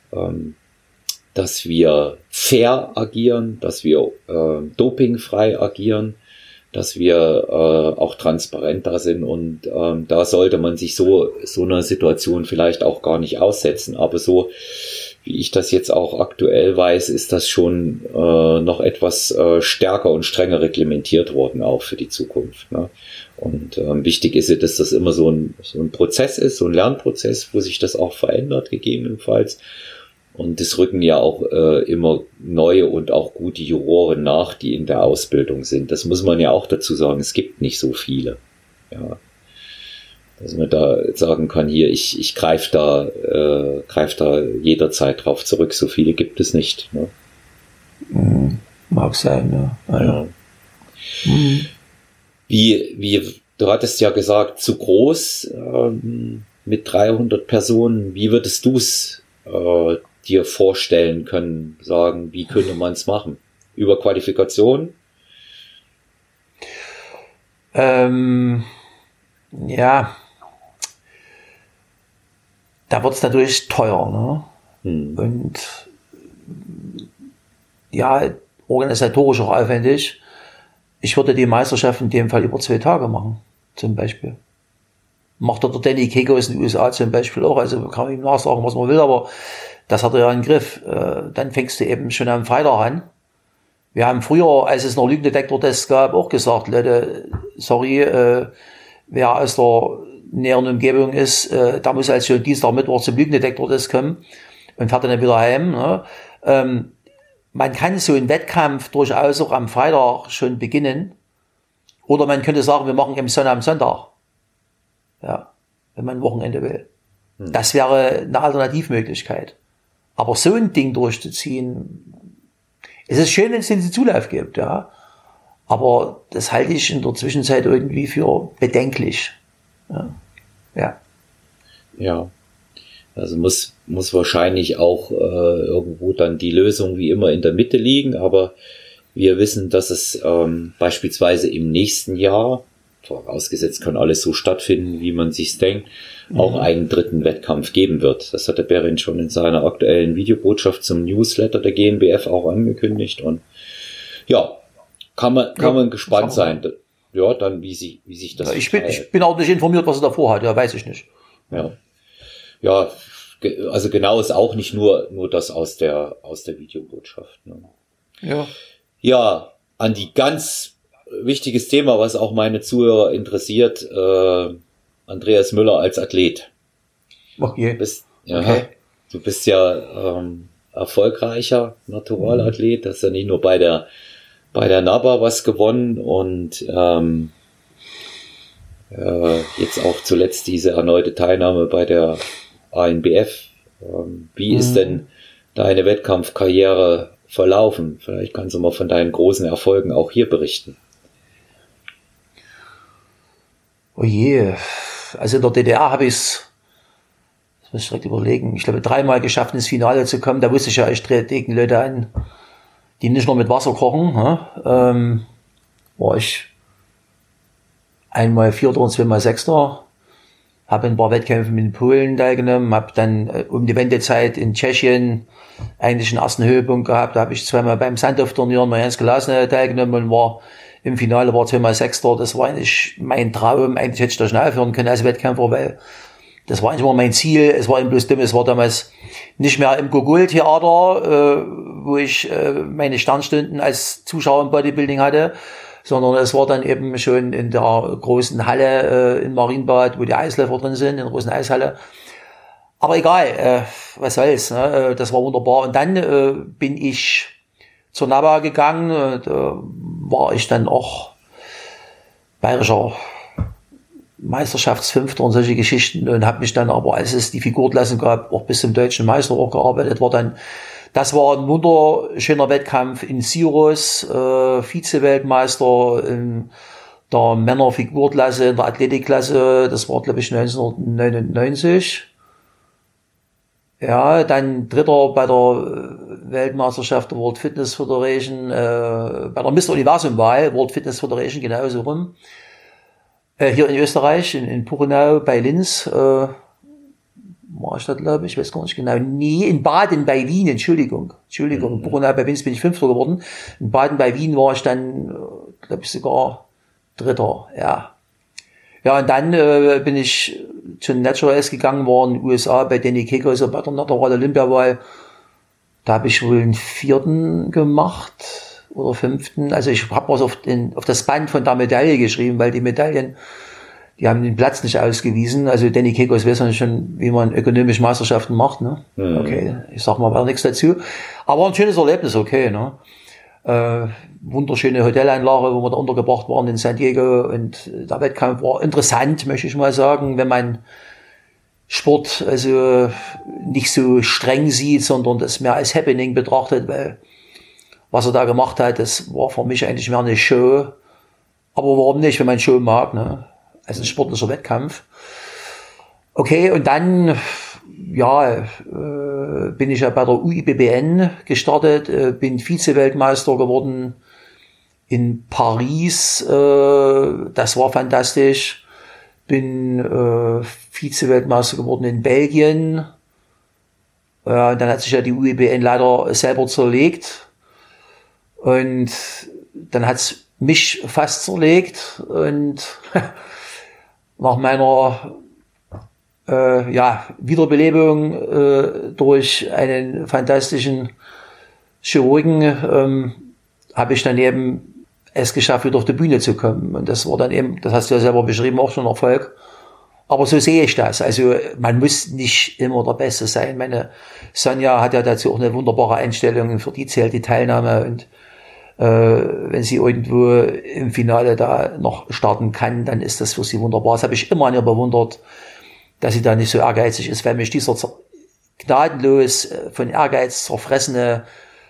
dass wir fair agieren, dass wir dopingfrei agieren, dass wir auch transparent da sind und da sollte man sich so einer Situation vielleicht auch gar nicht aussetzen. Aber so wie ich das jetzt auch aktuell weiß, ist das schon noch etwas stärker und strenger reglementiert worden auch für die Zukunft. Ne? Und wichtig ist ja, dass das immer so ein Prozess ist, so ein Lernprozess, wo sich das auch verändert gegebenenfalls. Und es rücken ja auch immer neue und auch gute Juroren nach, die in der Ausbildung sind. Das muss man ja auch dazu sagen. Es gibt nicht so viele. Ja. Dass man da sagen kann, hier, ich greife da jederzeit drauf zurück. So viele gibt es nicht. Ne? Mag sein, ja. Ja. Wie, du hattest ja gesagt, zu groß mit 300 Personen. Wie würdest du es dir vorstellen können, sagen, wie könnte man es machen? Über Qualifikation? Ja, da wird es natürlich teuer, ne? Und ja, organisatorisch auch aufwendig. Ich würde die Meisterschaft in dem Fall über 2 Tage machen, zum Beispiel. Macht der Danny Kegos in den USA zum Beispiel auch, also kann man ihm nachsagen, was man will, aber das hat er ja im Griff. Dann fängst du eben schon am Freitag an. Wir haben früher, als es noch Lügendetektor-Tests gab, auch gesagt, Leute, sorry, wer aus der näheren Umgebung ist, da muss halt schon Dienstag, Mittwoch zum Lügendetektor-Test kommen und fährt dann wieder heim. Ne? Man kann so einen Wettkampf durchaus auch am Freitag schon beginnen. Oder man könnte sagen, wir machen am Sonntag. Ja, wenn man ein Wochenende will. Das wäre eine Alternativmöglichkeit. Aber so ein Ding durchzuziehen, es ist schön, wenn es den Zulauf gibt, ja. Aber das halte ich in der Zwischenzeit irgendwie für bedenklich. Ja. Also muss wahrscheinlich auch irgendwo dann die Lösung wie immer in der Mitte liegen, aber wir wissen, dass es beispielsweise im nächsten Jahr, vorausgesetzt kann alles so stattfinden, wie man sich's denkt, auch einen dritten Wettkampf geben wird. Das hat der Behrendt schon in seiner aktuellen Videobotschaft zum Newsletter der GNBF auch angekündigt und ja, kann man gespannt sein. Ja, dann wie sich das. Ich bin auch nicht informiert, was er davor hat, ja, weiß ich nicht. Ja, also genau ist auch nicht nur das aus der Videobotschaft. Ne? Ja, an die ganz wichtiges Thema, was auch meine Zuhörer interessiert, Andreas Müller als Athlet. Okay. Du bist ja erfolgreicher Naturalathlet, hast ja nicht nur bei der NABBA was gewonnen und jetzt auch zuletzt diese erneute Teilnahme bei der ANBF. Wie ist denn deine Wettkampfkarriere verlaufen? Vielleicht kannst du mal von deinen großen Erfolgen auch hier berichten. Oh je, also in der DDR habe ich es, das muss ich direkt überlegen, ich glaube 3-mal geschafft ins Finale zu kommen. Da wusste ich ja, ich trete gegen Leute an, die nicht nur mit Wasser kochen. War ich einmal Vierter und 2-mal Sechster. Habe ein paar Wettkämpfen in Polen teilgenommen, habe dann um die Wendezeit in Tschechien eigentlich einen ersten Höhepunkt gehabt. Da habe ich 2-mal beim Sandhoff-Turnier in Marianske Lasne teilgenommen und war im Finale, war 2-mal Sechster. Das war eigentlich mein Traum. Eigentlich hätte ich da schon aufhören können als Wettkämpfer, weil Das war eigentlich immer mein Ziel. Es war eben bloß dumm, es war damals nicht mehr im Gogol-Theater, wo ich meine Sternstunden als Zuschauer im Bodybuilding hatte, sondern es war dann eben schon in der großen Halle in Marienbad, wo die Eisläufer drin sind, in der großen Eishalle. Aber egal, was soll's, ne? Das war wunderbar. Und dann bin ich zur NABA gegangen, da war ich dann auch bayerischer Meisterschaftsfünfter und solche Geschichten und habe mich dann aber, als es die Figurklassen gab, auch bis zum deutschen Meister auch gearbeitet. Das war ein wunderschöner Wettkampf in Syros, Vize-Weltmeister in der Männerfigurklasse, in der Athletikklasse, das war glaube ich 1999. Ja, dann Dritter bei der Weltmeisterschaft der World Fitness Federation, bei der Mr. Universum-Wahl, World Fitness Federation, genauso rum. Hier in Österreich, in Puchenau bei Linz, war ich da, glaube ich, weiß gar nicht genau. Nee, in Baden bei Wien, Entschuldigung. In Puchenau bei Linz bin ich Fünfter geworden. In Baden bei Wien war ich dann, glaube ich, sogar Dritter, ja. Ja, und dann bin ich zu Naturals gegangen, war in den USA bei Danny Keko, also bei der Natural Olympia-Wahl. Da habe ich wohl einen 4. gemacht. Oder 5. Also ich habe was auf das Band von der Medaille geschrieben, weil die Medaillen, die haben den Platz nicht ausgewiesen. Also Danny Kekos weiß ja schon, wie man ökonomisch Meisterschaften macht, ne? Mhm. Okay, ich sag mal weiter nichts dazu. Aber ein schönes Erlebnis, okay, ne? Wunderschöne Hotelanlage, wo wir da untergebracht waren in San Diego, und der Wettkampf war interessant, möchte ich mal sagen, wenn man Sport also nicht so streng sieht, sondern das mehr als Happening betrachtet, weil was er da gemacht hat, das war für mich eigentlich mehr eine Show. Aber warum nicht, wenn man Show mag, ne? Also ein sportlicher Wettkampf. Okay, und dann, ja, bin ich ja bei der UIBBN gestartet, bin Vize-Weltmeister geworden in Paris, das war fantastisch. Bin Vize-Weltmeister geworden in Belgien. Dann hat sich ja die UIBBN leider selber zerlegt. Und dann hat's mich fast zerlegt, und nach meiner Wiederbelebung durch einen fantastischen Chirurgen habe ich dann eben es geschafft, wieder auf die Bühne zu kommen. Und das war dann eben, das hast du ja selber beschrieben, auch schon Erfolg. Aber so sehe ich das. Also man muss nicht immer der Beste sein. Meine Sonja hat ja dazu auch eine wunderbare Einstellung, für die zählt die Teilnahme, und wenn sie irgendwo im Finale da noch starten kann, dann ist das für sie wunderbar. Das habe ich immer an ihr bewundert, dass sie da nicht so ehrgeizig ist, weil mich dieser gnadenlos von Ehrgeiz zerfressene,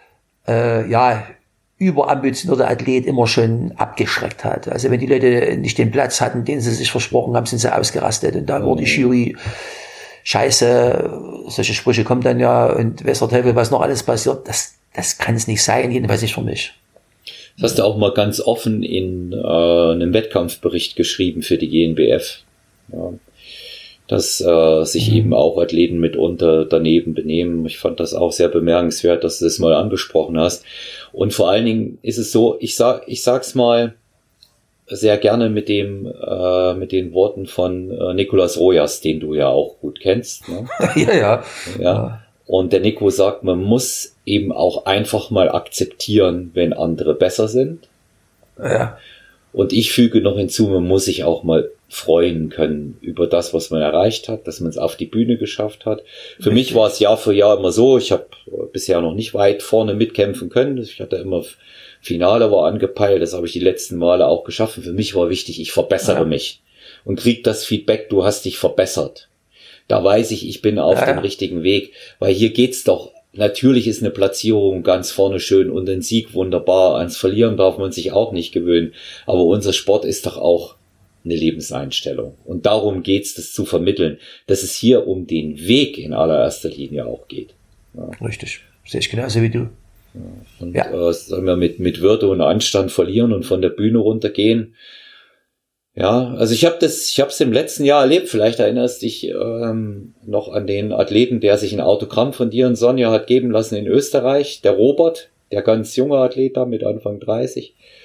überambitionierte Athlet immer schon abgeschreckt hat. Also wenn die Leute nicht den Platz hatten, den sie sich versprochen haben, sind sie ausgerastet, und da wurde die Jury scheiße, solche Sprüche kommen dann ja, und weiß der Teufel, was noch alles passiert, das kann es nicht sein, jedenfalls nicht für mich. Das hast du auch mal ganz offen in einem Wettkampfbericht geschrieben für die GNBF. Ja, dass sich eben auch Athleten mitunter daneben benehmen. Ich fand das auch sehr bemerkenswert, dass du das mal angesprochen hast. Und vor allen Dingen ist es so, ich sag's mal sehr gerne mit den Worten von Nicolas Rojas, den du ja auch gut kennst. Ne? Ja. Und der Nico sagt, man muss eben auch einfach mal akzeptieren, wenn andere besser sind. Ja. Und ich füge noch hinzu, man muss sich auch mal freuen können über das, was man erreicht hat, dass man es auf die Bühne geschafft hat. Für mich war es Jahr für Jahr immer so, ich habe bisher noch nicht weit vorne mitkämpfen können. Ich hatte immer Finale war angepeilt, das habe ich die letzten Male auch geschafft. Für mich war wichtig, ich verbessere mich und krieg das Feedback, du hast dich verbessert. Da weiß ich bin auf dem richtigen Weg, weil hier geht's doch, natürlich ist eine Platzierung ganz vorne schön und ein Sieg wunderbar, ans Verlieren darf man sich auch nicht gewöhnen, aber unser Sport ist doch auch eine Lebenseinstellung und darum geht's, das zu vermitteln, dass es hier um den Weg in allererster Linie auch geht. Ja. Richtig, sehe ich genauso wie du. Ja. Und sagen wir mit Würde und Anstand verlieren und von der Bühne runtergehen. Ja, also ich hab's im letzten Jahr erlebt. Vielleicht erinnerst dich noch an den Athleten, der sich ein Autogramm von dir und Sonja hat geben lassen in Österreich. Der Robert, der ganz junge Athlet da mit Anfang 30.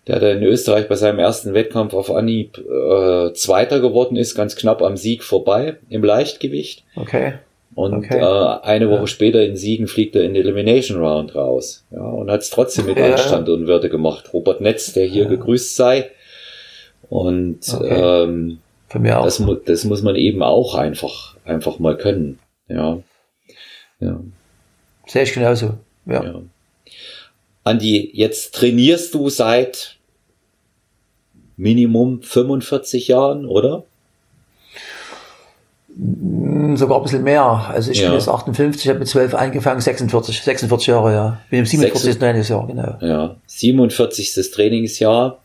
der da in Österreich bei seinem ersten Wettkampf auf Anhieb Zweiter geworden ist, ganz knapp am Sieg vorbei im Leichtgewicht. Okay. Und eine Woche später in Siegen fliegt er in den Elimination Round raus. Ja, und hat es trotzdem mit Anstand und Würde gemacht. Robert Netz, der hier gegrüßt sei. Und für mich auch. Das muss man eben auch einfach mal können. Ja. Sehe ich genauso. Ja. Andi, jetzt trainierst du seit Minimum 45 Jahren, oder? Sogar ein bisschen mehr. Also ich bin jetzt 58, habe mit 12 angefangen, 46 Jahre, ja. Bin im 47. Trainingsjahr, genau. Ja, 47. Trainingsjahr.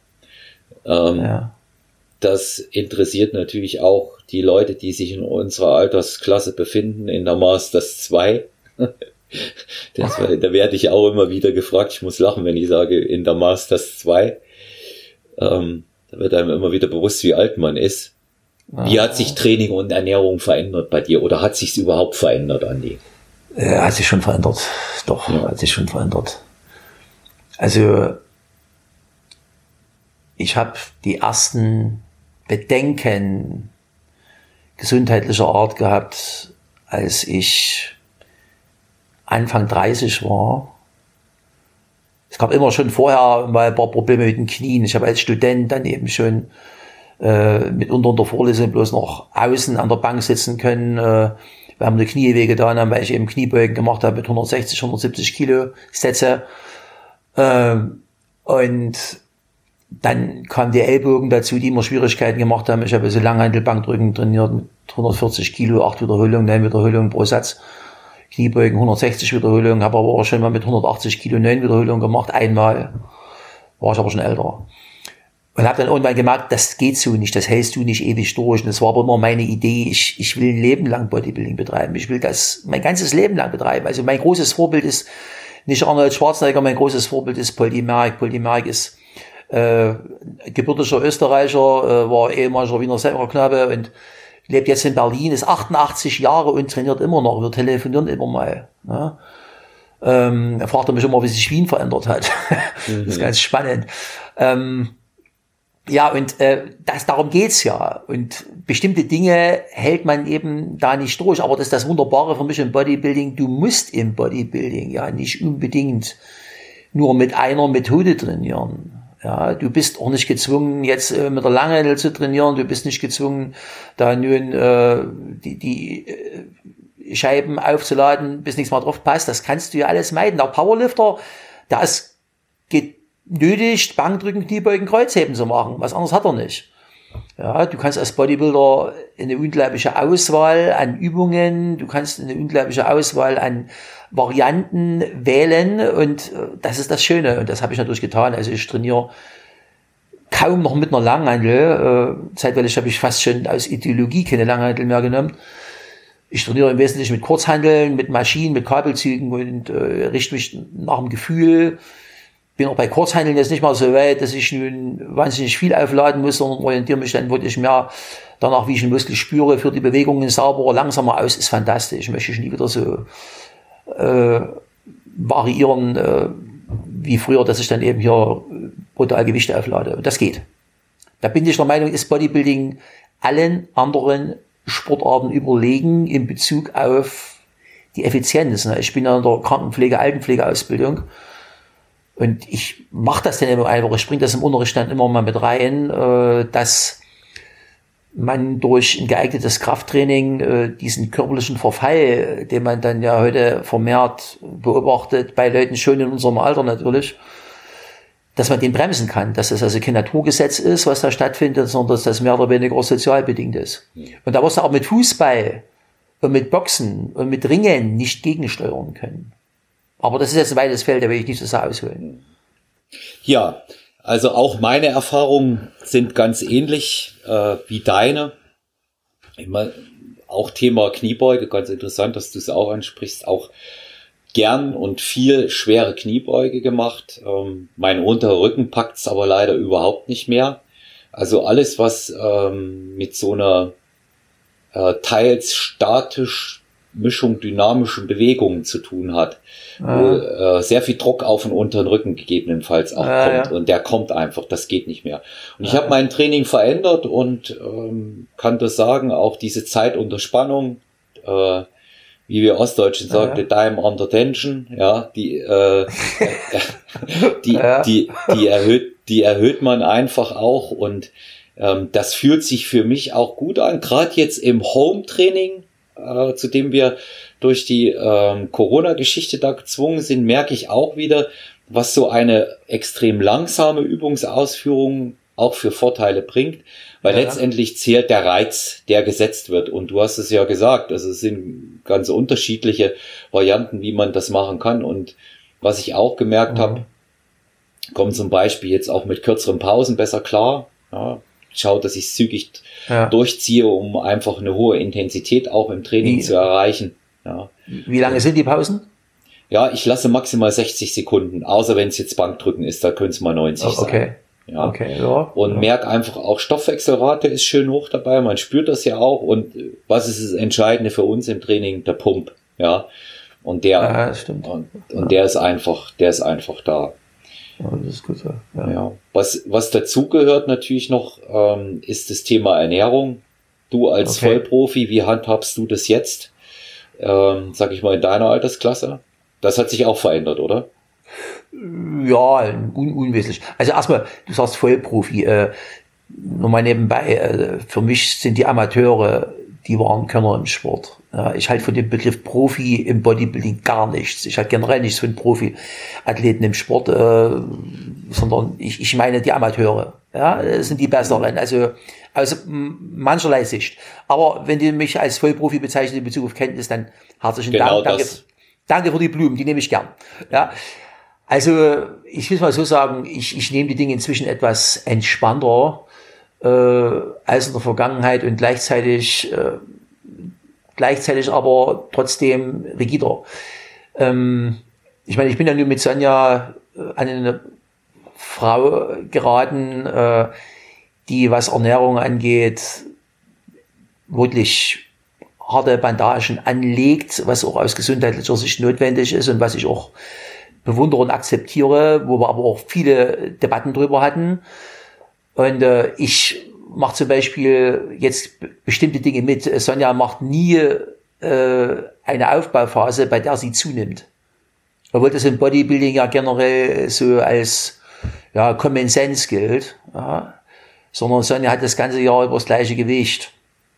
Das interessiert natürlich auch die Leute, die sich in unserer Altersklasse befinden, in der Masters 2. Da werde ich auch immer wieder gefragt. Ich muss lachen, wenn ich sage, in der Masters 2. Da wird einem immer wieder bewusst, wie alt man ist. Wie hat sich Training und Ernährung verändert bei dir? Oder hat sich's überhaupt verändert, Andi? Ja, hat sich schon verändert. Doch, hat sich schon verändert. Also, ich habe die ersten Bedenken gesundheitlicher Art gehabt, als ich Anfang 30 war. Es gab immer schon vorher mal ein paar Probleme mit den Knien. Ich habe als Student dann eben schon mitunter in der Vorlesung bloß noch außen an der Bank sitzen können. Wir haben die Knie wehgetan, weil ich eben Kniebeugen gemacht habe mit 160, 170 Kilo Sätze. Und dann kamen die Ellbogen dazu, die immer Schwierigkeiten gemacht haben. Ich habe so Langhantelbankdrücken trainiert mit 140 Kilo, 8 Wiederholungen, 9 Wiederholungen pro Satz. Kniebeugen 160 Wiederholungen, habe aber auch schon mal mit 180 Kilo 9 Wiederholungen gemacht. Einmal war ich aber schon älter. Und habe dann irgendwann gemerkt, das geht so nicht, das hältst du nicht ewig durch. Und das war aber immer meine Idee, ich will ein Leben lang Bodybuilding betreiben. Ich will das mein ganzes Leben lang betreiben. Also mein großes Vorbild ist nicht Arnold Schwarzenegger, mein großes Vorbild ist Paul Di Mark. Paul Di Mark ist gebürtiger Österreicher, war ehemaliger Wiener Semmelknabe und lebt jetzt in Berlin, ist 88 Jahre und trainiert immer noch. Wir telefonieren immer mal. Ne? Er fragt mich immer, wie sich Wien verändert hat. Das ist ganz spannend. Darum geht's ja. Und bestimmte Dinge hält man eben da nicht durch. Aber das ist das Wunderbare für mich im Bodybuilding. Du musst im Bodybuilding ja nicht unbedingt nur mit einer Methode trainieren. Ja, du bist auch nicht gezwungen, jetzt mit der Langhandel zu trainieren. Du bist nicht gezwungen, da nun die Scheiben aufzuladen, bis nichts mehr drauf passt. Das kannst du ja alles meiden. Der Powerlifter, da ist genötigt, Bankdrücken, Kniebeugen, Kreuzheben zu machen. Was anderes hat er nicht. Ja, du kannst als Bodybuilder eine unglaubliche Auswahl an Übungen, du kannst eine unglaubliche Auswahl an Varianten wählen und das ist das Schöne und das habe ich natürlich getan. Also ich trainiere kaum noch mit einer Langhandel. Zeitweilig habe ich fast schon aus Ideologie keine Langhandel mehr genommen. Ich trainiere im Wesentlichen mit Kurzhanteln, mit Maschinen, mit Kabelzügen und richte mich nach dem Gefühl. Bin auch bei Kurzhanteln jetzt nicht mal so weit, dass ich nun wahnsinnig viel aufladen muss, sondern orientiere mich dann wirklich mehr danach, wie ich den Muskel spüre, für die Bewegungen sauberer, langsamer aus, ist fantastisch. Möchte ich nie wieder so variieren wie früher, dass ich dann eben hier brutal Gewichte auflade. Und das geht. Da bin ich der Meinung, ist Bodybuilding allen anderen Sportarten überlegen in Bezug auf die Effizienz. Ich bin ja in der Krankenpflege, Altenpflegeausbildung. Und ich mache das dann immer einfach, ich bringe das im Unterricht dann immer mal mit rein, dass man durch ein geeignetes Krafttraining diesen körperlichen Verfall, den man dann ja heute vermehrt beobachtet, bei Leuten schon in unserem Alter natürlich, dass man den bremsen kann, dass das also kein Naturgesetz ist, was da stattfindet, sondern dass das mehr oder weniger sozial bedingt ist. Und da wirst du auch mit Fußball und mit Boxen und mit Ringen nicht gegensteuern können. Aber das ist jetzt ein weites Feld, da will ich nicht so sehr ausholen. Ja, also auch meine Erfahrungen sind ganz ähnlich wie deine. Auch Thema Kniebeuge, ganz interessant, dass du es auch ansprichst. Auch gern und viel schwere Kniebeuge gemacht. Mein unterer Rücken packt's aber leider überhaupt nicht mehr. Also alles, was mit so einer teils statisch Mischung dynamischen Bewegungen zu tun hat, wo sehr viel Druck auf den unteren Rücken gegebenenfalls auch kommt. Ja. Und der kommt einfach, das geht nicht mehr. Und ich habe mein Training verändert und kann das sagen, auch diese Zeit unter Spannung, wie wir Ostdeutschen sagen, the time under tension, ja, die erhöht man einfach auch und das fühlt sich für mich auch gut an, gerade jetzt im Home-Training, zu dem wir durch die Corona-Geschichte da gezwungen sind, merke ich auch wieder, was so eine extrem langsame Übungsausführung auch für Vorteile bringt, weil letztendlich zählt der Reiz, der gesetzt wird. Und du hast es ja gesagt, also es sind ganz unterschiedliche Varianten, wie man das machen kann. Und was ich auch gemerkt habe, kommt zum Beispiel jetzt auch mit kürzeren Pausen besser klar. Ja, schau, dass ich zügig durchziehe, um einfach eine hohe Intensität auch im Training zu erreichen. Ja. Wie lange sind die Pausen? Ja, ich lasse maximal 60 Sekunden, außer wenn es jetzt Bankdrücken ist, da können es mal 90 sein. Ja. Und merk einfach auch, Stoffwechselrate ist schön hoch dabei, man spürt das ja auch und was ist das Entscheidende für uns im Training? Der Pump, ja. Und der, und der ist einfach da. Ja, das ist gut, ja. Was dazu gehört natürlich noch, ist das Thema Ernährung. Du als Vollprofi, wie handhabst du das jetzt? Sag ich mal, in deiner Altersklasse? Das hat sich auch verändert, oder? Ja, unwesentlich. Also erstmal, du sagst Vollprofi, nur mal nebenbei, für mich sind die Amateure, die waren Könner im Sport. Ja, ich halte von dem Begriff Profi im Bodybuilding gar nichts. Ich halte generell nichts von Profi-Athleten im Sport, sondern ich meine die Amateure. Ja, das sind die Besseren, also aus mancherlei Sicht. Aber wenn du mich als Vollprofi bezeichnest in Bezug auf Kenntnis, dann herzlichen Dank. Danke für die Blumen, die nehme ich gern. Ja. Also, ich will mal so sagen, ich nehme die Dinge inzwischen etwas entspannter als in der Vergangenheit und gleichzeitig aber trotzdem rigider. Ich meine, ich bin ja nun mit Sonja an eine Frau geraten, die, was Ernährung angeht, wirklich harte Bandagen anlegt, was auch aus gesundheitlicher Sicht notwendig ist und was ich auch bewundere und akzeptiere, wo wir aber auch viele Debatten drüber hatten. Und ich mache zum Beispiel jetzt bestimmte Dinge mit. Sonja macht nie eine Aufbauphase, bei der sie zunimmt. Obwohl das im Bodybuilding ja generell so als Common Sense gilt. Ja. Sondern Sonja hat das ganze Jahr über das gleiche Gewicht.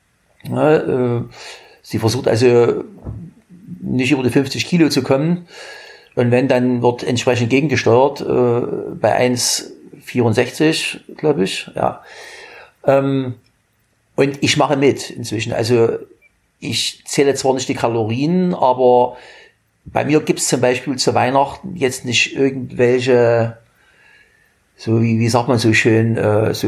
Ja, sie versucht also nicht über die 50 Kilo zu kommen. Und wenn, dann wird entsprechend gegengesteuert bei 1,64, glaube ich. Ja. Und ich mache mit inzwischen. Also ich zähle zwar nicht die Kalorien, aber bei mir gibt es zum Beispiel zu Weihnachten jetzt nicht irgendwelche, so wie sagt man so schön, so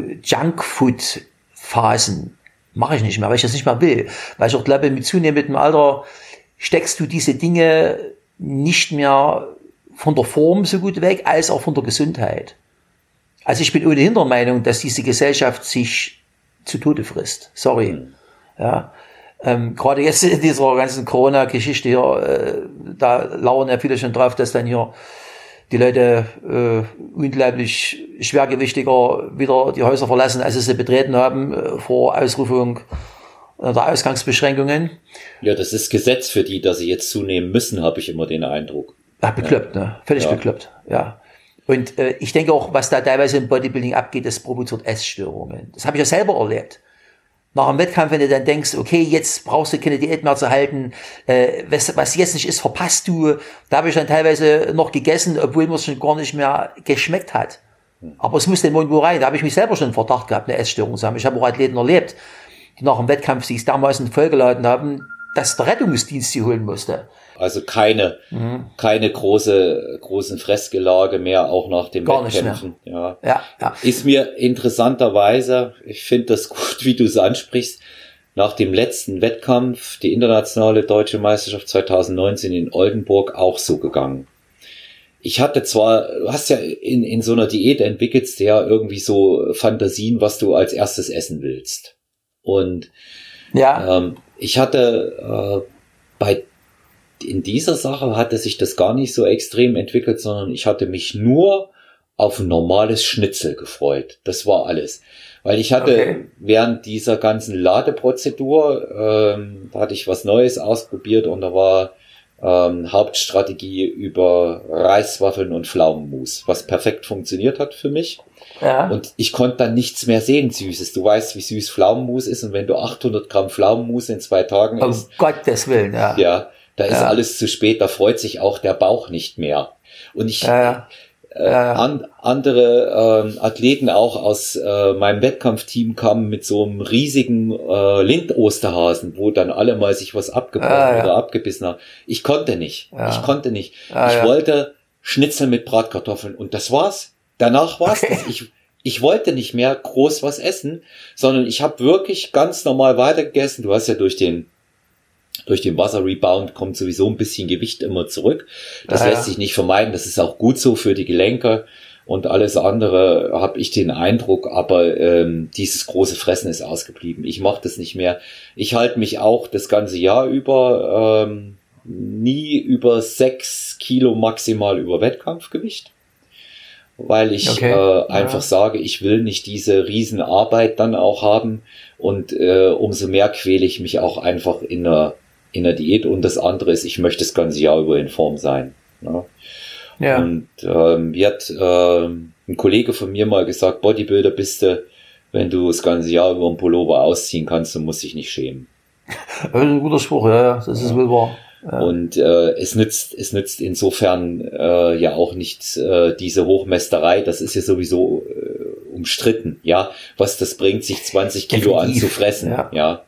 Junkfood-Phasen. Mache ich nicht mehr, weil ich das nicht mehr will. Weil ich auch glaube, mit zunehmendem Alter steckst du diese Dinge nicht mehr von der Form so gut weg, als auch von der Gesundheit. Also ich bin ohnehin der Meinung, dass diese Gesellschaft sich zu Tode frisst. Sorry. Ja. Gerade jetzt in dieser ganzen Corona-Geschichte hier, da lauern ja viele schon drauf, dass dann hier die Leute unglaublich schwergewichtiger wieder die Häuser verlassen, als sie sie betreten haben, vor Ausrufung der Ausgangsbeschränkungen. Ja, das ist Gesetz für die, dass sie jetzt zunehmen müssen, habe ich immer den Eindruck. Ja, bekloppt, ne? Völlig bekloppt, ja. Und ich denke auch, was da teilweise im Bodybuilding abgeht, das provoziert Essstörungen. Das habe ich ja selber erlebt. Nach einem Wettkampf, wenn du dann denkst, okay, jetzt brauchst du keine Diät mehr zu halten, was jetzt nicht ist, verpasst du. Da habe ich dann teilweise noch gegessen, obwohl mir es schon gar nicht mehr geschmeckt hat. Aber es muss dann irgendwo rein. Da habe ich mich selber schon in Verdacht gehabt, eine Essstörung zu haben. Ich habe auch Athleten erlebt, die nach dem Wettkampf sich dermaßen vollgeladen haben, dass der Rettungsdienst sie holen musste. Also keine großen Fressgelage mehr, auch nach dem Gar Wettkämpfen. Nicht mehr. Ja. Ist mir interessanterweise, ich finde das gut, wie du es ansprichst, nach dem letzten Wettkampf, die internationale deutsche Meisterschaft 2019 in Oldenburg, auch so gegangen. Ich hatte zwar, du hast ja in so einer Diät entwickelst du ja irgendwie so Fantasien, was du als erstes essen willst. Und ich hatte in dieser Sache hatte sich das gar nicht so extrem entwickelt, sondern ich hatte mich nur auf ein normales Schnitzel gefreut. Das war alles. Weil ich hatte während dieser ganzen Ladeprozedur, da hatte ich was Neues ausprobiert und da war Hauptstrategie über Reiswaffeln und Pflaumenmus, was perfekt funktioniert hat für mich. Ja. Und ich konnte dann nichts mehr sehen, Süßes. Du weißt, wie süß Pflaumenmus ist und wenn du 800 Gramm Pflaumenmus in 2 Tagen isst. Um Gottes Willen, ja. Ja, da ist alles zu spät, da freut sich auch der Bauch nicht mehr. Und andere Athleten auch aus meinem Wettkampfteam kamen mit so einem riesigen Lindosterhasen, wo dann alle mal sich was abgebrochen oder abgebissen haben. Ich konnte nicht. Ich wollte Schnitzel mit Bratkartoffeln und das war's. Danach war's das. Ich wollte nicht mehr groß was essen, sondern ich habe wirklich ganz normal weitergegessen. Du hast ja durch den Wasserrebound kommt sowieso ein bisschen Gewicht immer zurück. Das lässt sich nicht vermeiden. Das ist auch gut so für die Gelenke und alles andere habe ich den Eindruck. Aber dieses große Fressen ist ausgeblieben. Ich mache das nicht mehr. Ich halte mich auch das ganze Jahr über nie über 6 Kilo maximal über Wettkampfgewicht. Weil ich einfach sage, ich will nicht diese Riesenarbeit dann auch haben und umso mehr quäle ich mich auch einfach in der Diät und das andere ist, ich möchte das ganze Jahr über in Form sein. Ne? Ja. Und wie hat ein Kollege von mir mal gesagt, Bodybuilder bist du, wenn du das ganze Jahr über einen Pullover ausziehen kannst, du musst dich nicht schämen. Das ist ein guter Spruch, das ist wohl wahr. Ja. Und es nützt insofern ja auch nicht diese Hochmästerei, das ist ja sowieso umstritten, ja, was das bringt, sich 20 Kilo anzufressen, ja,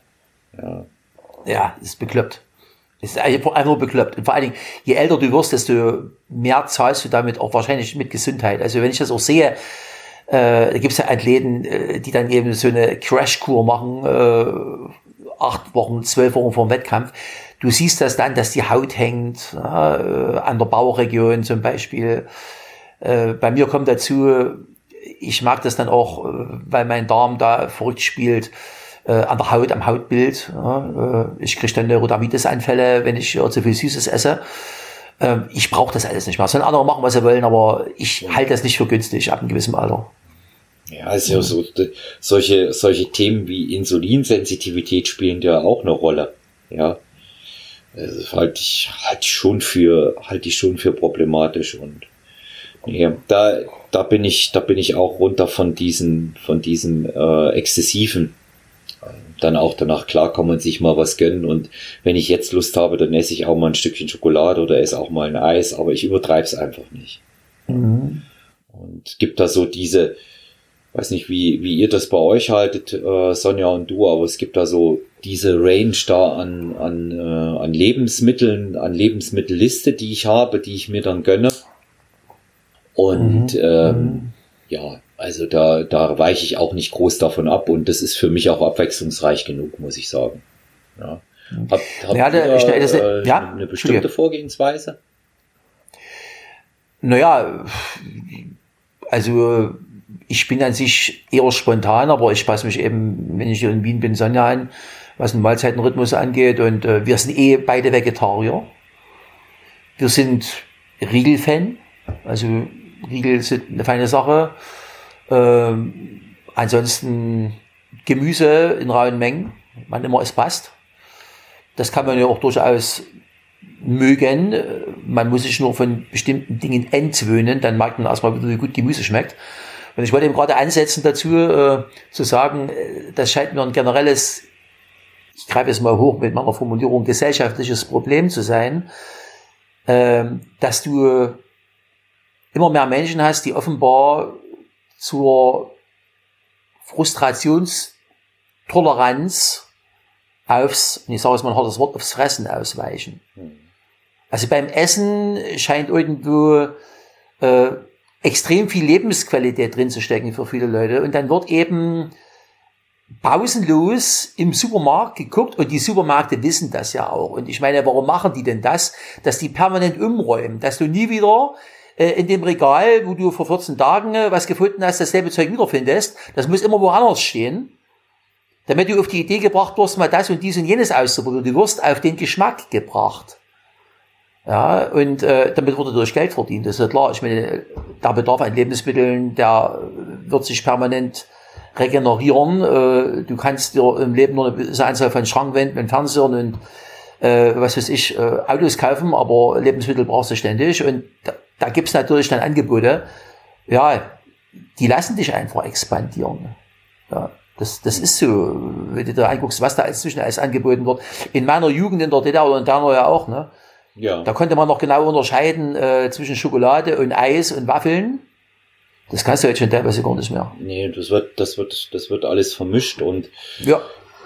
das ist bekloppt. Das ist einfach nur bekloppt. Und vor allen Dingen, je älter du wirst, desto mehr zahlst du damit auch wahrscheinlich mit Gesundheit. Also wenn ich das auch sehe, da gibt es ja Athleten, die dann eben so eine Crashkur machen, 8 Wochen, 12 Wochen vor dem Wettkampf. Du siehst das dann, dass die Haut hängt, an der Bauchregion zum Beispiel. Bei mir kommt dazu, ich mag das dann auch, weil mein Darm da verrückt spielt, an der Haut, am Hautbild. Ich kriege dann Neurodermitis-Anfälle, wenn ich zu viel Süßes esse. Ich brauche das alles nicht mehr. Sollen andere machen, was sie wollen, aber ich halte das nicht für günstig ab einem gewissen Alter. Ja, ist ja so, solche Themen wie Insulinsensitivität spielen ja auch eine Rolle. Ja. Das halte ich schon für problematisch und ja, da bin ich auch runter von diesem exzessiven, dann auch danach klarkommen und sich mal was gönnen und wenn ich jetzt Lust habe, dann esse ich auch mal ein Stückchen Schokolade oder esse auch mal ein Eis, aber ich übertreibe es einfach nicht. Mhm. Und gibt da so diese, weiß nicht, wie ihr das bei euch haltet, Sonja und du, aber es gibt da so diese Range da an Lebensmitteln, an Lebensmittelliste, die ich habe, die ich mir dann gönne. Und ja, also da weiche ich auch nicht groß davon ab und das ist für mich auch abwechslungsreich genug, muss ich sagen. Ja. Habt ihr eine bestimmte Vorgehensweise? Naja, also ich bin an sich eher spontan, aber ich passe mich eben, wenn ich hier in Wien bin, Sonja an, was den Mahlzeitenrhythmus angeht und wir sind beide Vegetarier. Wir sind Riegel-Fan, also Riegel sind eine feine Sache. Ansonsten Gemüse in rauen Mengen, wann immer es passt. Das kann man ja auch durchaus mögen. Man muss sich nur von bestimmten Dingen entwöhnen, dann merkt man erstmal wieder, wie gut Gemüse schmeckt. Und ich wollte eben gerade ansetzen dazu, zu sagen, das scheint mir ein generelles, ich greife es mal hoch mit meiner Formulierung, gesellschaftliches Problem zu sein, dass du immer mehr Menschen hast, die offenbar zur Frustrationstoleranz und ich sage jetzt mal ein hartes Wort, aufs Fressen ausweichen. Also beim Essen scheint irgendwo extrem viel Lebensqualität drin zu stecken für viele Leute und dann wird eben pausenlos im Supermarkt geguckt und die Supermärkte wissen das ja auch. Und ich meine, warum machen die denn das? Dass die permanent umräumen, dass du nie wieder in dem Regal, wo du vor 14 Tagen was gefunden hast, dasselbe Zeug wiederfindest. Das muss immer woanders stehen. damit du auf die Idee gebracht wirst, mal das und dies und jenes auszuprobieren. Du wirst auf den Geschmack gebracht. Ja, und damit wird durch Geld verdient. Das ist ja klar. Ich meine, der Bedarf an Lebensmitteln, der wird sich permanent regenerieren. Du kannst dir im Leben nur eine gewisse Anzahl von Schrankwänden und Fernsehern und was weiß ich, Autos kaufen, aber Lebensmittel brauchst du ständig. Und da gibt's natürlich dann Angebote, ja, die lassen dich einfach expandieren. Ja, das ist so, wenn du da anguckst, was da inzwischen alles angeboten wird. In meiner Jugend in der DDR oder in deiner ja auch, ne? Ja. Da konnte man noch genau unterscheiden zwischen Schokolade und Eis und Waffeln. Das kannst du jetzt schon teilweise gar nicht mehr. Nee, das wird alles vermischt und ja.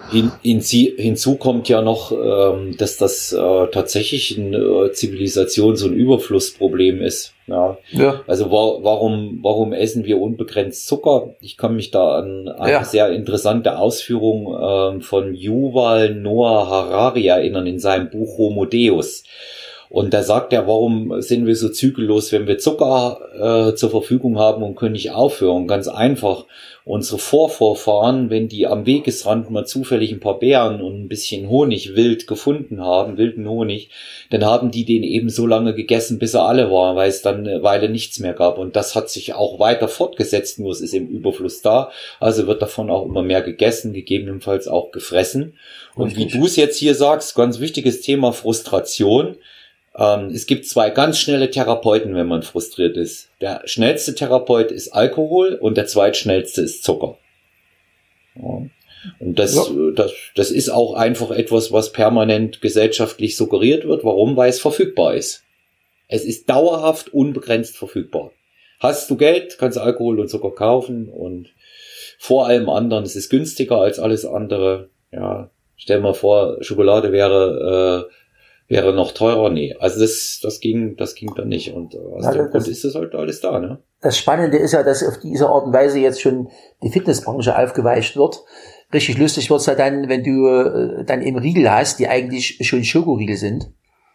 Hinzu kommt ja noch, dass das tatsächlich ein Zivilisations- und Überflussproblem ist. Ja. Also warum essen wir unbegrenzt Zucker? Ich kann mich da an eine sehr interessante Ausführung von Yuval Noah Harari erinnern in seinem Buch Homo Deus. Und da sagt er, warum sind wir so zügellos, wenn wir Zucker zur Verfügung haben und können nicht aufhören? Ganz einfach, unsere Vorvorfahren, wenn die am Wegesrand mal zufällig ein paar Beeren und ein bisschen Honig wild gefunden haben, wilden Honig, dann haben die den eben so lange gegessen, bis er alle war, weil es dann eine Weile nichts mehr gab. Und das hat sich auch weiter fortgesetzt, nur es ist im Überfluss da. Also wird davon auch immer mehr gegessen, gegebenenfalls auch gefressen. Und wie du es jetzt hier sagst, ganz wichtiges Thema Frustration. Es gibt 2 ganz schnelle Therapeuten, wenn man frustriert ist. Der schnellste Therapeut ist Alkohol und der zweitschnellste ist Zucker. Ja. Und das ist auch einfach etwas, was permanent gesellschaftlich suggeriert wird. Warum? Weil es verfügbar ist. Es ist dauerhaft unbegrenzt verfügbar. Hast du Geld, kannst du Alkohol und Zucker kaufen und vor allem anderen, es ist günstiger als alles andere. Ja, stell mal vor, Schokolade wäre noch teurer. Nee, also das ging dann nicht. Und aus dem Grund ist das halt alles da, ne? Das Spannende ist ja, dass auf diese Art und Weise jetzt schon die Fitnessbranche aufgeweicht wird. Richtig lustig wird's ja dann, wenn du dann eben Riegel hast, die eigentlich schon Schokoriegel sind.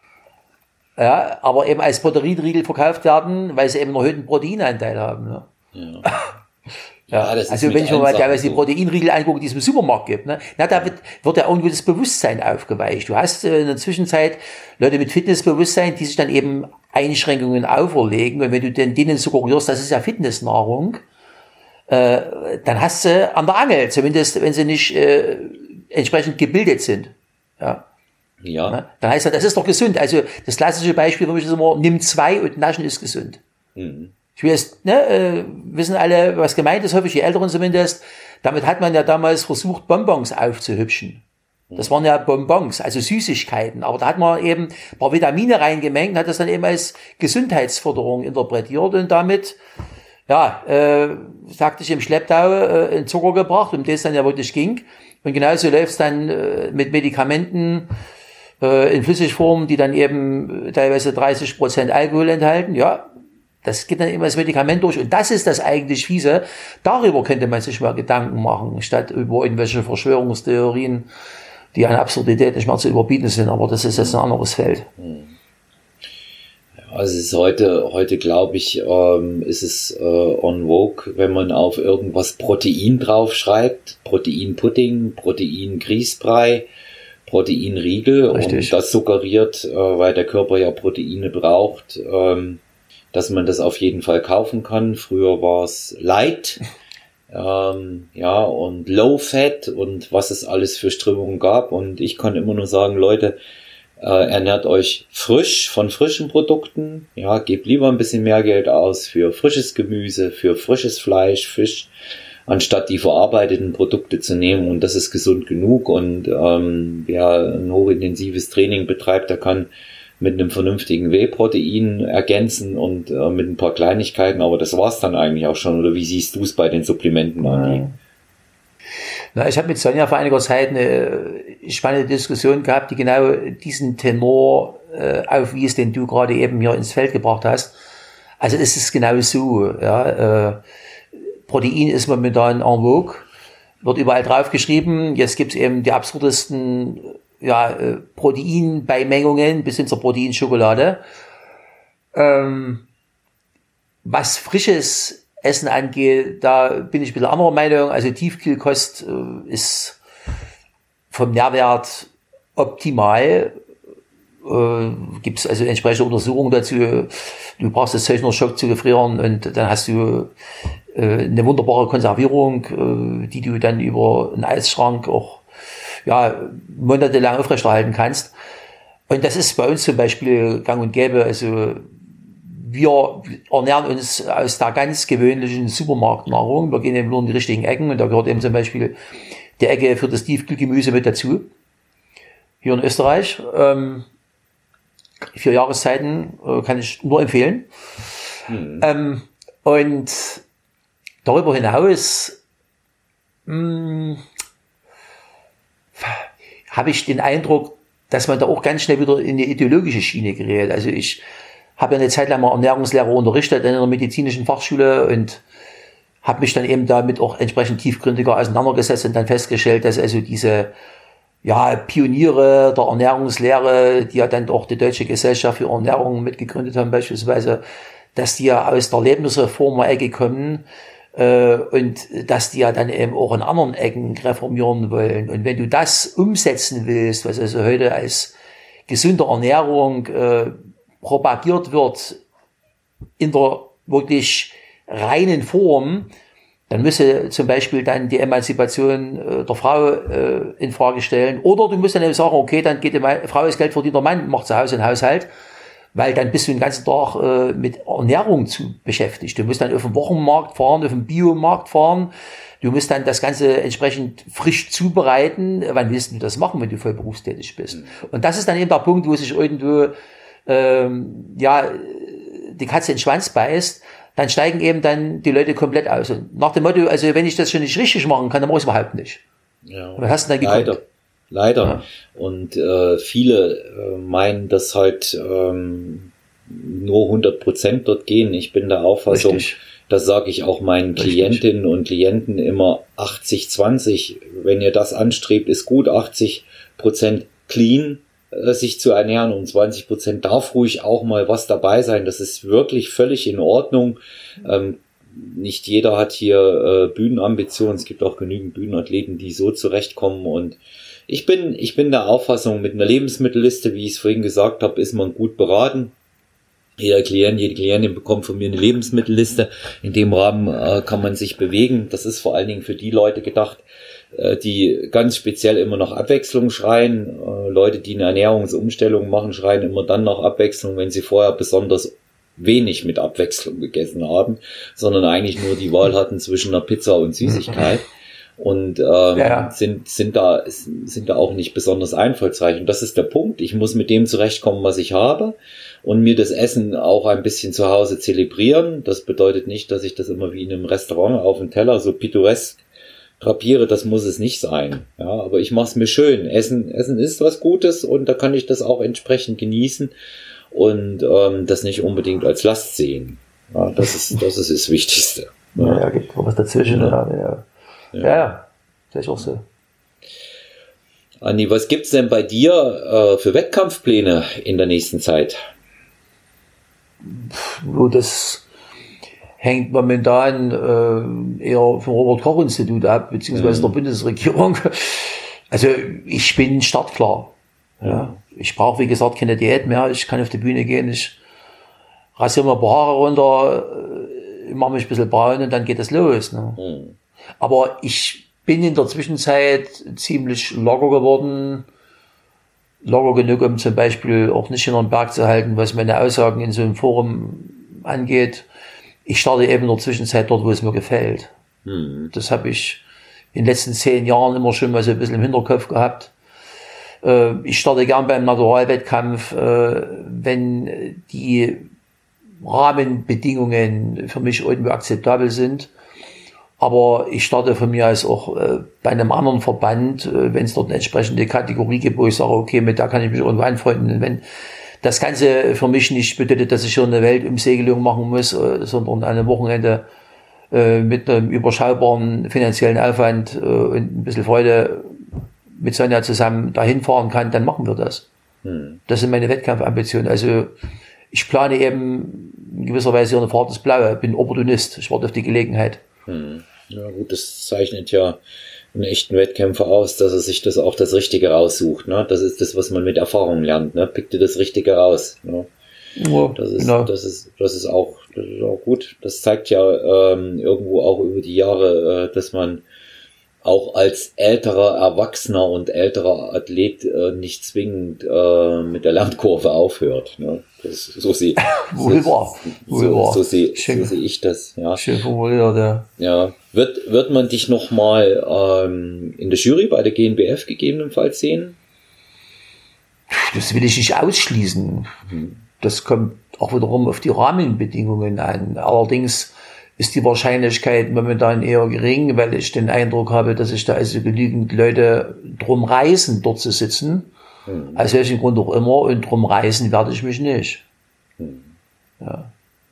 Ja, aber eben als Proteinriegel verkauft werden, weil sie eben einen erhöhten Proteinanteil haben. Ne? Ja. Ja, das also wenn ich mir mal teilweise die Proteinriegel angucke, die es im Supermarkt gibt, ne, da wird ja irgendwo das Bewusstsein aufgeweicht. Du hast in der Zwischenzeit Leute mit Fitnessbewusstsein, die sich dann eben Einschränkungen auferlegen. Und wenn du denen suggerierst, das ist ja Fitnessnahrung, dann hast du an der Angel, zumindest wenn sie nicht entsprechend gebildet sind. Ja. Ja. Dann heißt das ist doch gesund. Also das klassische Beispiel für mich ist immer, nimm 2 und Naschen ist gesund. Mhm. Ich will jetzt, wissen alle, was gemeint ist, hoffe ich, die Älteren zumindest. Damit hat man ja damals versucht, Bonbons aufzuhübschen. Das waren ja Bonbons, also Süßigkeiten. Aber da hat man eben ein paar Vitamine reingemengt und hat das dann eben als Gesundheitsförderung interpretiert und damit, sagte ich, im Schlepptau in Zucker gebracht, um das dann ja wirklich ging. Und genauso läuft es dann mit Medikamenten in Flüssigform, die dann eben teilweise 30% Alkohol enthalten. Ja, das geht dann immer das Medikament durch. Und das ist das eigentlich Fiese. Darüber könnte man sich mal Gedanken machen, statt über irgendwelche Verschwörungstheorien, die an Absurdität nicht mehr zu überbieten sind. Aber das ist jetzt ein anderes Feld. Also es ist heute glaube ich, ist es en vogue, wenn man auf irgendwas Protein draufschreibt. Proteinpudding, Proteingrießbrei, Proteinriegel. Und das suggeriert, weil der Körper ja Proteine braucht, dass man das auf jeden Fall kaufen kann. Früher war es Light, und Low Fat und was es alles für Strömungen gab. Und ich kann immer nur sagen, Leute, ernährt euch frisch von frischen Produkten. Ja, gebt lieber ein bisschen mehr Geld aus für frisches Gemüse, für frisches Fleisch, Fisch, anstatt die verarbeiteten Produkte zu nehmen. Und das ist gesund genug. Und wer ein hochintensives Training betreibt, der kann mit einem vernünftigen Whey-Protein ergänzen und mit ein paar Kleinigkeiten, aber das war's dann eigentlich auch schon. Oder wie siehst du es bei den Supplementen, Andi? Na, ich habe mit Sonja vor einiger Zeit eine spannende Diskussion gehabt, die genau diesen Tenor aufwies, den du gerade eben hier ins Feld gebracht hast. Also es ist genau so. Ja, Protein ist momentan en vogue, wird überall draufgeschrieben. Jetzt gibt's eben die absurdesten Proteinbeimengungen bis hin zur Proteinschokolade. Was frisches Essen angeht, da bin ich ein bisschen anderer Meinung. Also Tiefkühlkost ist vom Nährwert optimal. Gibt es also entsprechende Untersuchungen dazu. Du brauchst das Zeug nur Schock zu gefrieren und dann hast du eine wunderbare Konservierung, die du dann über einen Eisschrank auch monatelang aufrechterhalten kannst. Und das ist bei uns zum Beispiel gang und gäbe. Also wir ernähren uns aus der ganz gewöhnlichen Supermarktnahrung. Wir gehen eben nur in die richtigen Ecken und da gehört eben zum Beispiel die Ecke für das Tiefkühlgemüse mit dazu. Hier in Österreich. 4 Jahreszeiten kann ich nur empfehlen. Und darüber hinaus habe ich den Eindruck, dass man da auch ganz schnell wieder in eine ideologische Schiene gerät. Also ich habe ja eine Zeit lang mal Ernährungslehre unterrichtet in einer medizinischen Fachschule und habe mich dann eben damit auch entsprechend tiefgründiger auseinandergesetzt und dann festgestellt, dass also diese Pioniere der Ernährungslehre, die ja dann auch die Deutsche Gesellschaft für Ernährung mitgegründet haben beispielsweise, dass die ja aus der Lebensreformer-Ecke kommen und dass die ja dann eben auch in anderen Ecken reformieren wollen. Und wenn du das umsetzen willst, was also heute als gesunde Ernährung propagiert wird, in der wirklich reinen Form, dann müsste zum Beispiel dann die Emanzipation der Frau in Frage stellen. Oder du musst dann eben sagen, okay, dann geht die Frau das Geld verdient, der Mann macht zu Hause einen Haushalt, weil dann bist du den ganzen Tag mit Ernährung beschäftigt. Du musst dann auf den Wochenmarkt fahren, auf den Biomarkt fahren. Du musst dann das Ganze entsprechend frisch zubereiten. Wann willst du das machen, wenn du voll berufstätig bist? Und das ist dann eben der Punkt, wo sich irgendwo die Katze in den Schwanz beißt. Dann steigen eben dann die Leute komplett aus. Und nach dem Motto, also wenn ich das schon nicht richtig machen kann, dann mache ich es überhaupt nicht. Ja, was hast du denn da geguckt? Leider. Ja. Und viele meinen, dass halt nur 100% dort gehen. Ich bin der Auffassung, richtig. Das sage ich auch meinen Klientinnen und Klienten immer 80-20. Wenn ihr das anstrebt, ist gut. 80% clean sich zu ernähren und 20% darf ruhig auch mal was dabei sein. Das ist wirklich völlig in Ordnung. Nicht jeder hat hier Bühnenambitionen. Es gibt auch genügend Bühnenathleten, die so zurechtkommen. Und ich bin der Auffassung, mit einer Lebensmittelliste, wie ich es vorhin gesagt habe, ist man gut beraten. Jeder Klient, jede Klientin bekommt von mir eine Lebensmittelliste. In dem Rahmen kann man sich bewegen. Das ist vor allen Dingen für die Leute gedacht, die ganz speziell immer nach Abwechslung schreien. Leute, die eine Ernährungsumstellung machen, schreien immer dann nach Abwechslung, wenn sie vorher besonders wenig mit Abwechslung gegessen haben, sondern eigentlich nur die Wahl hatten zwischen einer Pizza und Süßigkeit. Und sind da auch nicht besonders einfallsreich. Und das ist der Punkt. Ich muss mit dem zurechtkommen, was ich habe, und mir das Essen auch ein bisschen zu Hause zelebrieren. Das bedeutet nicht, dass ich das immer wie in einem Restaurant auf dem Teller so pittoresk drapiere. Das muss es nicht sein. Ja, aber ich mache es mir schön. Essen ist was Gutes und da kann ich das auch entsprechend genießen und das nicht unbedingt als Last sehen. Ja, das ist das Wichtigste. Ja, gibt was dazwischen. Ja, sehe ich auch so. Andi, was gibt's denn bei dir für Wettkampfpläne in der nächsten Zeit? Das hängt momentan eher vom Robert-Koch-Institut ab, beziehungsweise der Bundesregierung. Also ich bin startklar. Ja. Ich brauche, wie gesagt, keine Diät mehr. Ich kann auf die Bühne gehen, ich rasiere mir ein paar Haare runter, mache mich ein bisschen braun und dann geht es los. Ne? Aber ich bin in der Zwischenzeit ziemlich locker geworden. Locker genug, um zum Beispiel auch nicht hinter den Berg zu halten, was meine Aussagen in so einem Forum angeht. Ich starte eben in der Zwischenzeit dort, wo es mir gefällt. Das habe ich in den letzten 10 Jahren immer schon mal so ein bisschen im Hinterkopf gehabt. Ich starte gern beim Naturalwettkampf, wenn die Rahmenbedingungen für mich irgendwie akzeptabel sind. Aber ich starte von mir aus auch bei einem anderen Verband, wenn es dort eine entsprechende Kategorie gibt, wo ich sage, okay, mit der kann ich mich irgendwo anfreunden. Und wenn das Ganze für mich nicht bedeutet, dass ich schon eine Weltumsegelung machen muss, sondern an einem Wochenende mit einem überschaubaren finanziellen Aufwand und ein bisschen Freude mit Sonja zusammen dahin fahren kann, dann machen wir das. Das sind meine Wettkampfambitionen. Also ich plane eben in gewisser Weise eine Fahrt ins Blaue, bin Opportunist, ich warte auf die Gelegenheit. Ja gut, das zeichnet ja in echten Wettkämpfen aus, dass er sich das Richtige raussucht. Ne? Das ist das, was man mit Erfahrung lernt. Ne? Pick dir das Richtige raus. Ne? Ja, Das genau. ist auch gut. Das zeigt ja irgendwo auch über die Jahre, dass man auch als älterer Erwachsener und älterer Athlet nicht zwingend mit der Lernkurve aufhört. Ne? So sehe ich das. Ja. Schön formuliert, ja. Ja. Wird man dich nochmal in der Jury bei der GNBF gegebenenfalls sehen? Das will ich nicht ausschließen. Das kommt auch wiederum auf die Rahmenbedingungen an. Allerdings ist die Wahrscheinlichkeit momentan eher gering, weil ich den Eindruck habe, dass sich da also genügend Leute drum reißen, dort zu sitzen. Aus welchem Grund auch immer. Und drum reißen werde ich mich nicht. Ja.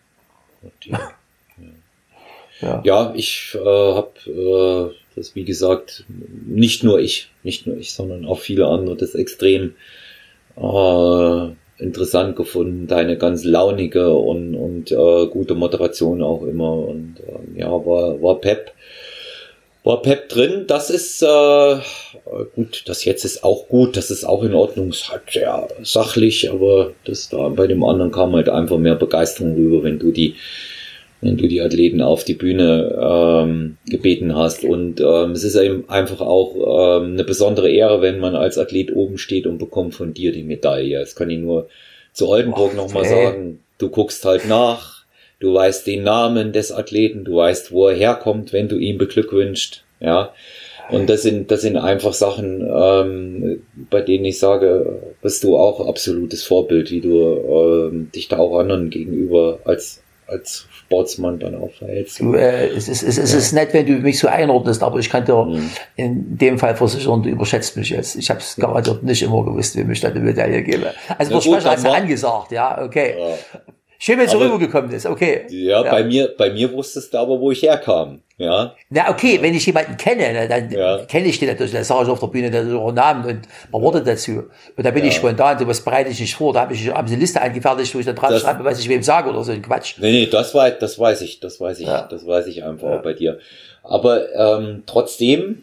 Ja, ich habe das, wie gesagt, nicht nur ich, sondern auch viele andere, das extrem interessant gefunden, deine ganz launige und gute Moderation auch immer und war Pep drin. Das ist gut, das jetzt ist auch gut, das ist auch in Ordnung, ist halt sehr sachlich, aber das da bei dem anderen kam halt einfach mehr Begeisterung rüber, wenn du die Athleten auf die Bühne gebeten hast. Und es ist eben einfach auch eine besondere Ehre, wenn man als Athlet oben steht und bekommt von dir die Medaille. Das kann ich nur zu Oldenburg nochmal sagen. Du guckst halt nach, du weißt den Namen des Athleten, du weißt, wo er herkommt, wenn du ihn beglückwünscht. Ja. Und das sind einfach Sachen, bei denen ich sage, bist du auch absolutes Vorbild, wie du dich da auch anderen gegenüber als Sportsmann dann auch verhältst. Es ist nett, wenn du mich so einordnest, aber ich kann dir in dem Fall versichern, du überschätzt mich jetzt. Ich habe es garantiert nicht immer gewusst, wem ich da eine Medaille gebe. Also Versprecher hast du angesagt, ja, okay. Ja. Schön, wenn es rübergekommen ist, okay. Ja, bei mir wusstest du aber, wo ich herkam. Ja. Na, okay, wenn ich jemanden kenne, dann kenne ich den natürlich, dann sage ich auf der Bühne natürlich auch einen Namen und ein paar Worte dazu. Und da bin ich spontan, sowas bereite ich nicht vor. Da habe ich eine Liste angefertigt, wo ich dann drauf schreibe, was ich wem sage oder so ein Quatsch. Nee, das weiß ich einfach auch bei dir. Aber trotzdem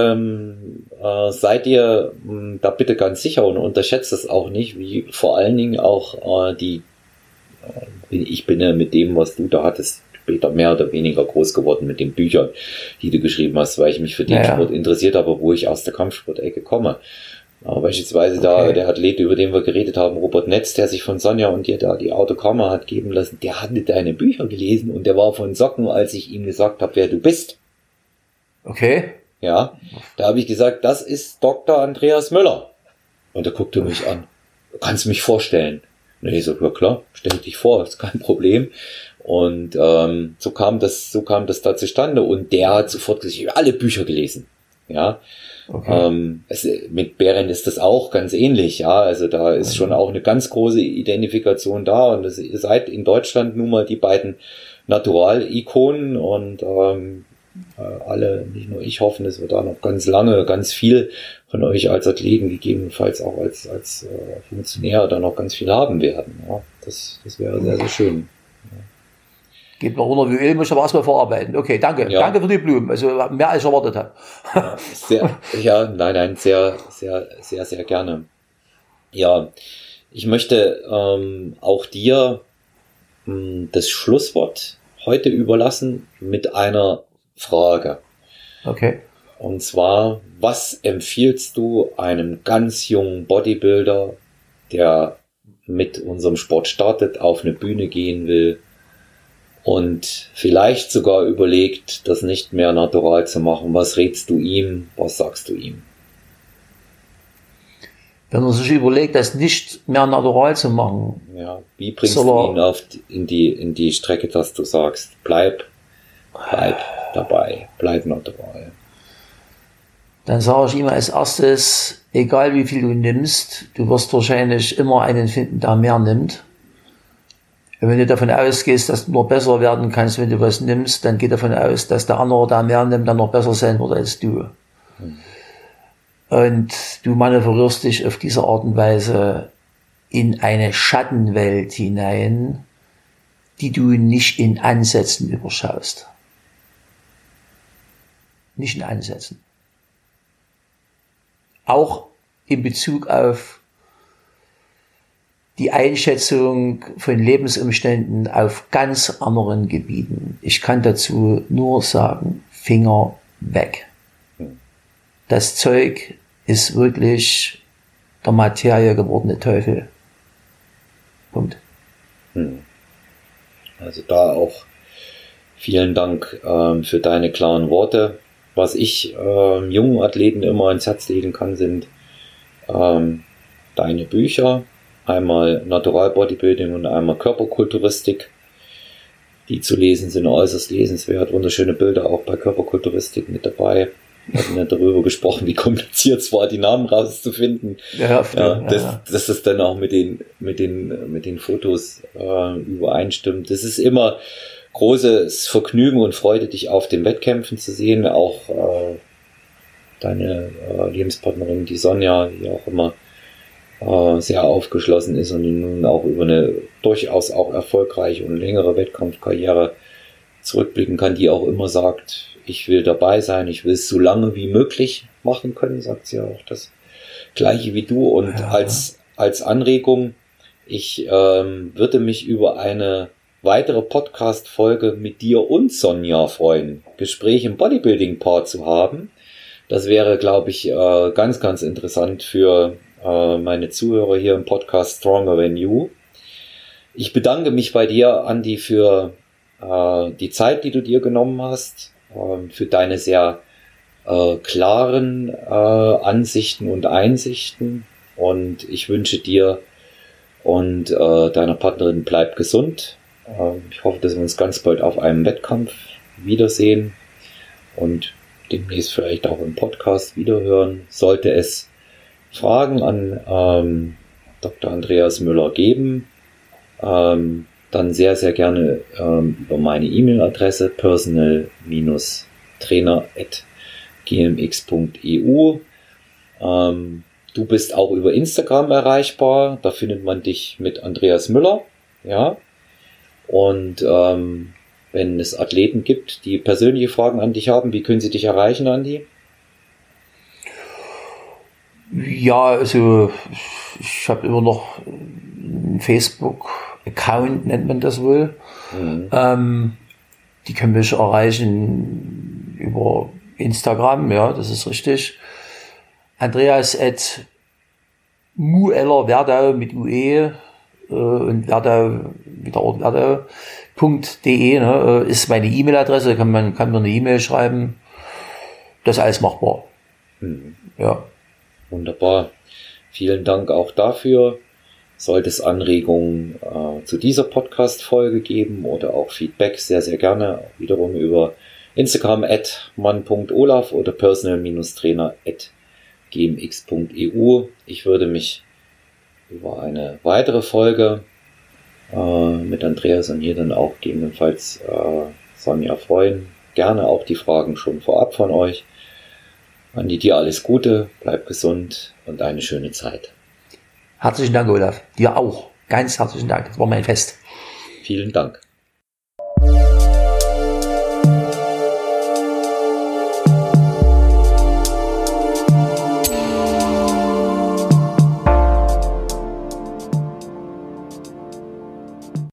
seid ihr da bitte ganz sicher und unterschätzt das auch nicht, wie vor allen Dingen auch ich bin ja mit dem, was du da hattest, später mehr oder weniger groß geworden mit den Büchern, die du geschrieben hast, weil ich mich für den Sport interessiert habe, wo ich aus der Kampfsport-Ecke komme. Aber beispielsweise da der Athlet, über den wir geredet haben, Robert Netz, der sich von Sonja und dir da die Autogramme hat geben lassen, der hatte deine Bücher gelesen und der war von Socken, als ich ihm gesagt habe, wer du bist. Okay. Ja, da habe ich gesagt, das ist Dr. Andreas Müller. Und er guckte mich an. Du kannst mich vorstellen. Und ich so, ja klar, stell dich vor, ist kein Problem. Und so kam das da zustande. Und der hat sofort alle Bücher gelesen. Ja. Okay. Mit Beren ist das auch ganz ähnlich, ja. Also da ist schon auch eine ganz große Identifikation da. Und ihr seid in Deutschland nun mal die beiden Natural-Ikonen und alle, nicht nur ich, hoffen, dass wir da noch ganz lange, ganz viel von euch als Athleten, gegebenenfalls auch als Funktionär, da noch ganz viel haben werden. Ja, das wäre sehr, sehr schön. Ja. Geht noch runter wie Öl, muss aber erstmal verarbeiten. Okay, danke. Ja. Danke für die Blumen. Also mehr als ich erwartet habe. Nein, sehr, sehr, sehr, sehr gerne. Ja, ich möchte auch dir das Schlusswort heute überlassen mit einer Frage. Okay. Und zwar, was empfiehlst du einem ganz jungen Bodybuilder, der mit unserem Sport startet, auf eine Bühne gehen will und vielleicht sogar überlegt, das nicht mehr natural zu machen? Was rätst du ihm? Was sagst du ihm? Wenn er sich überlegt, das nicht mehr natural zu machen. Ja, wie bringst du ihn in die Strecke, dass du sagst, bleib dabei, bleib natural? Dann sage ich ihm als erstes, egal wie viel du nimmst, du wirst wahrscheinlich immer einen finden, der mehr nimmt. Und wenn du davon ausgehst, dass du nur besser werden kannst, wenn du was nimmst, dann geh davon aus, dass der andere, der mehr nimmt, dann noch besser sein wird als du. Und du manövrierst dich auf diese Art und Weise in eine Schattenwelt hinein, die du nicht in Ansätzen überschaust. Nicht in Ansätzen. auch in Bezug auf die Einschätzung von Lebensumständen auf ganz anderen Gebieten. Ich kann dazu nur sagen, Finger weg. Das Zeug ist wirklich der Materie gewordene Teufel. Punkt. Also da auch vielen Dank für deine klaren Worte. Was ich jungen Athleten immer ins Herz legen kann, sind deine Bücher. Einmal Natural Bodybuilding und einmal Körperkulturistik. Die zu lesen sind äußerst lesenswert. Wunderschöne Bilder auch bei Körperkulturistik mit dabei. Wir hatten ja darüber gesprochen, wie kompliziert es war, die Namen rauszufinden. Dass das dann auch mit den Fotos übereinstimmt. Das ist immer großes Vergnügen und Freude, dich auf den Wettkämpfen zu sehen. Auch deine Lebenspartnerin, die Sonja, die auch immer sehr aufgeschlossen ist und die nun auch über eine durchaus auch erfolgreiche und längere Wettkampfkarriere zurückblicken kann, die auch immer sagt, ich will dabei sein, ich will es so lange wie möglich machen können, sagt sie auch das Gleiche wie du. Und als Anregung, ich würde mich über eine weitere Podcast-Folge mit dir und Sonja freuen, Gespräch im Bodybuilding-Part zu haben. Das wäre, glaube ich, ganz, ganz interessant für meine Zuhörer hier im Podcast Stronger Than You. Ich bedanke mich bei dir, Andi, für die Zeit, die du dir genommen hast, für deine sehr klaren Ansichten und Einsichten. Und ich wünsche dir und deiner Partnerin, bleib gesund. Ich hoffe, dass wir uns ganz bald auf einem Wettkampf wiedersehen und demnächst vielleicht auch im Podcast wiederhören. Sollte es Fragen an Dr. Andreas Müller geben, dann sehr, sehr gerne über meine E-Mail-Adresse personal-trainer@gmx.eu. Du bist auch über Instagram erreichbar, da findet man dich mit Andreas Müller, ja. Und wenn es Athleten gibt, die persönliche Fragen an dich haben, wie können sie dich erreichen, Andi? Ja, also ich habe immer noch einen Facebook-Account, nennt man das wohl. Die können mich erreichen über Instagram, ja, das ist richtig. Andreas@ Werdau mit UE und Werdau mit der Ort Werdau.de, ne, ist meine E-Mail-Adresse, kann mir eine E-Mail schreiben. Das ist alles machbar. Ja. Wunderbar. Vielen Dank auch dafür. Sollte es Anregungen zu dieser Podcast-Folge geben oder auch Feedback, sehr, sehr gerne wiederum über Instagram @mann.olaf oder personal-trainer@gmx.eu. Ich würde mich über eine weitere Folge mit Andreas und hier dann auch gegebenenfalls Sonja freuen. Gerne auch die Fragen schon vorab von euch. Andi, dir alles Gute, bleib gesund und eine schöne Zeit. Herzlichen Dank, Olaf. Dir auch. Ganz herzlichen Dank. Das war mein Fest. Vielen Dank.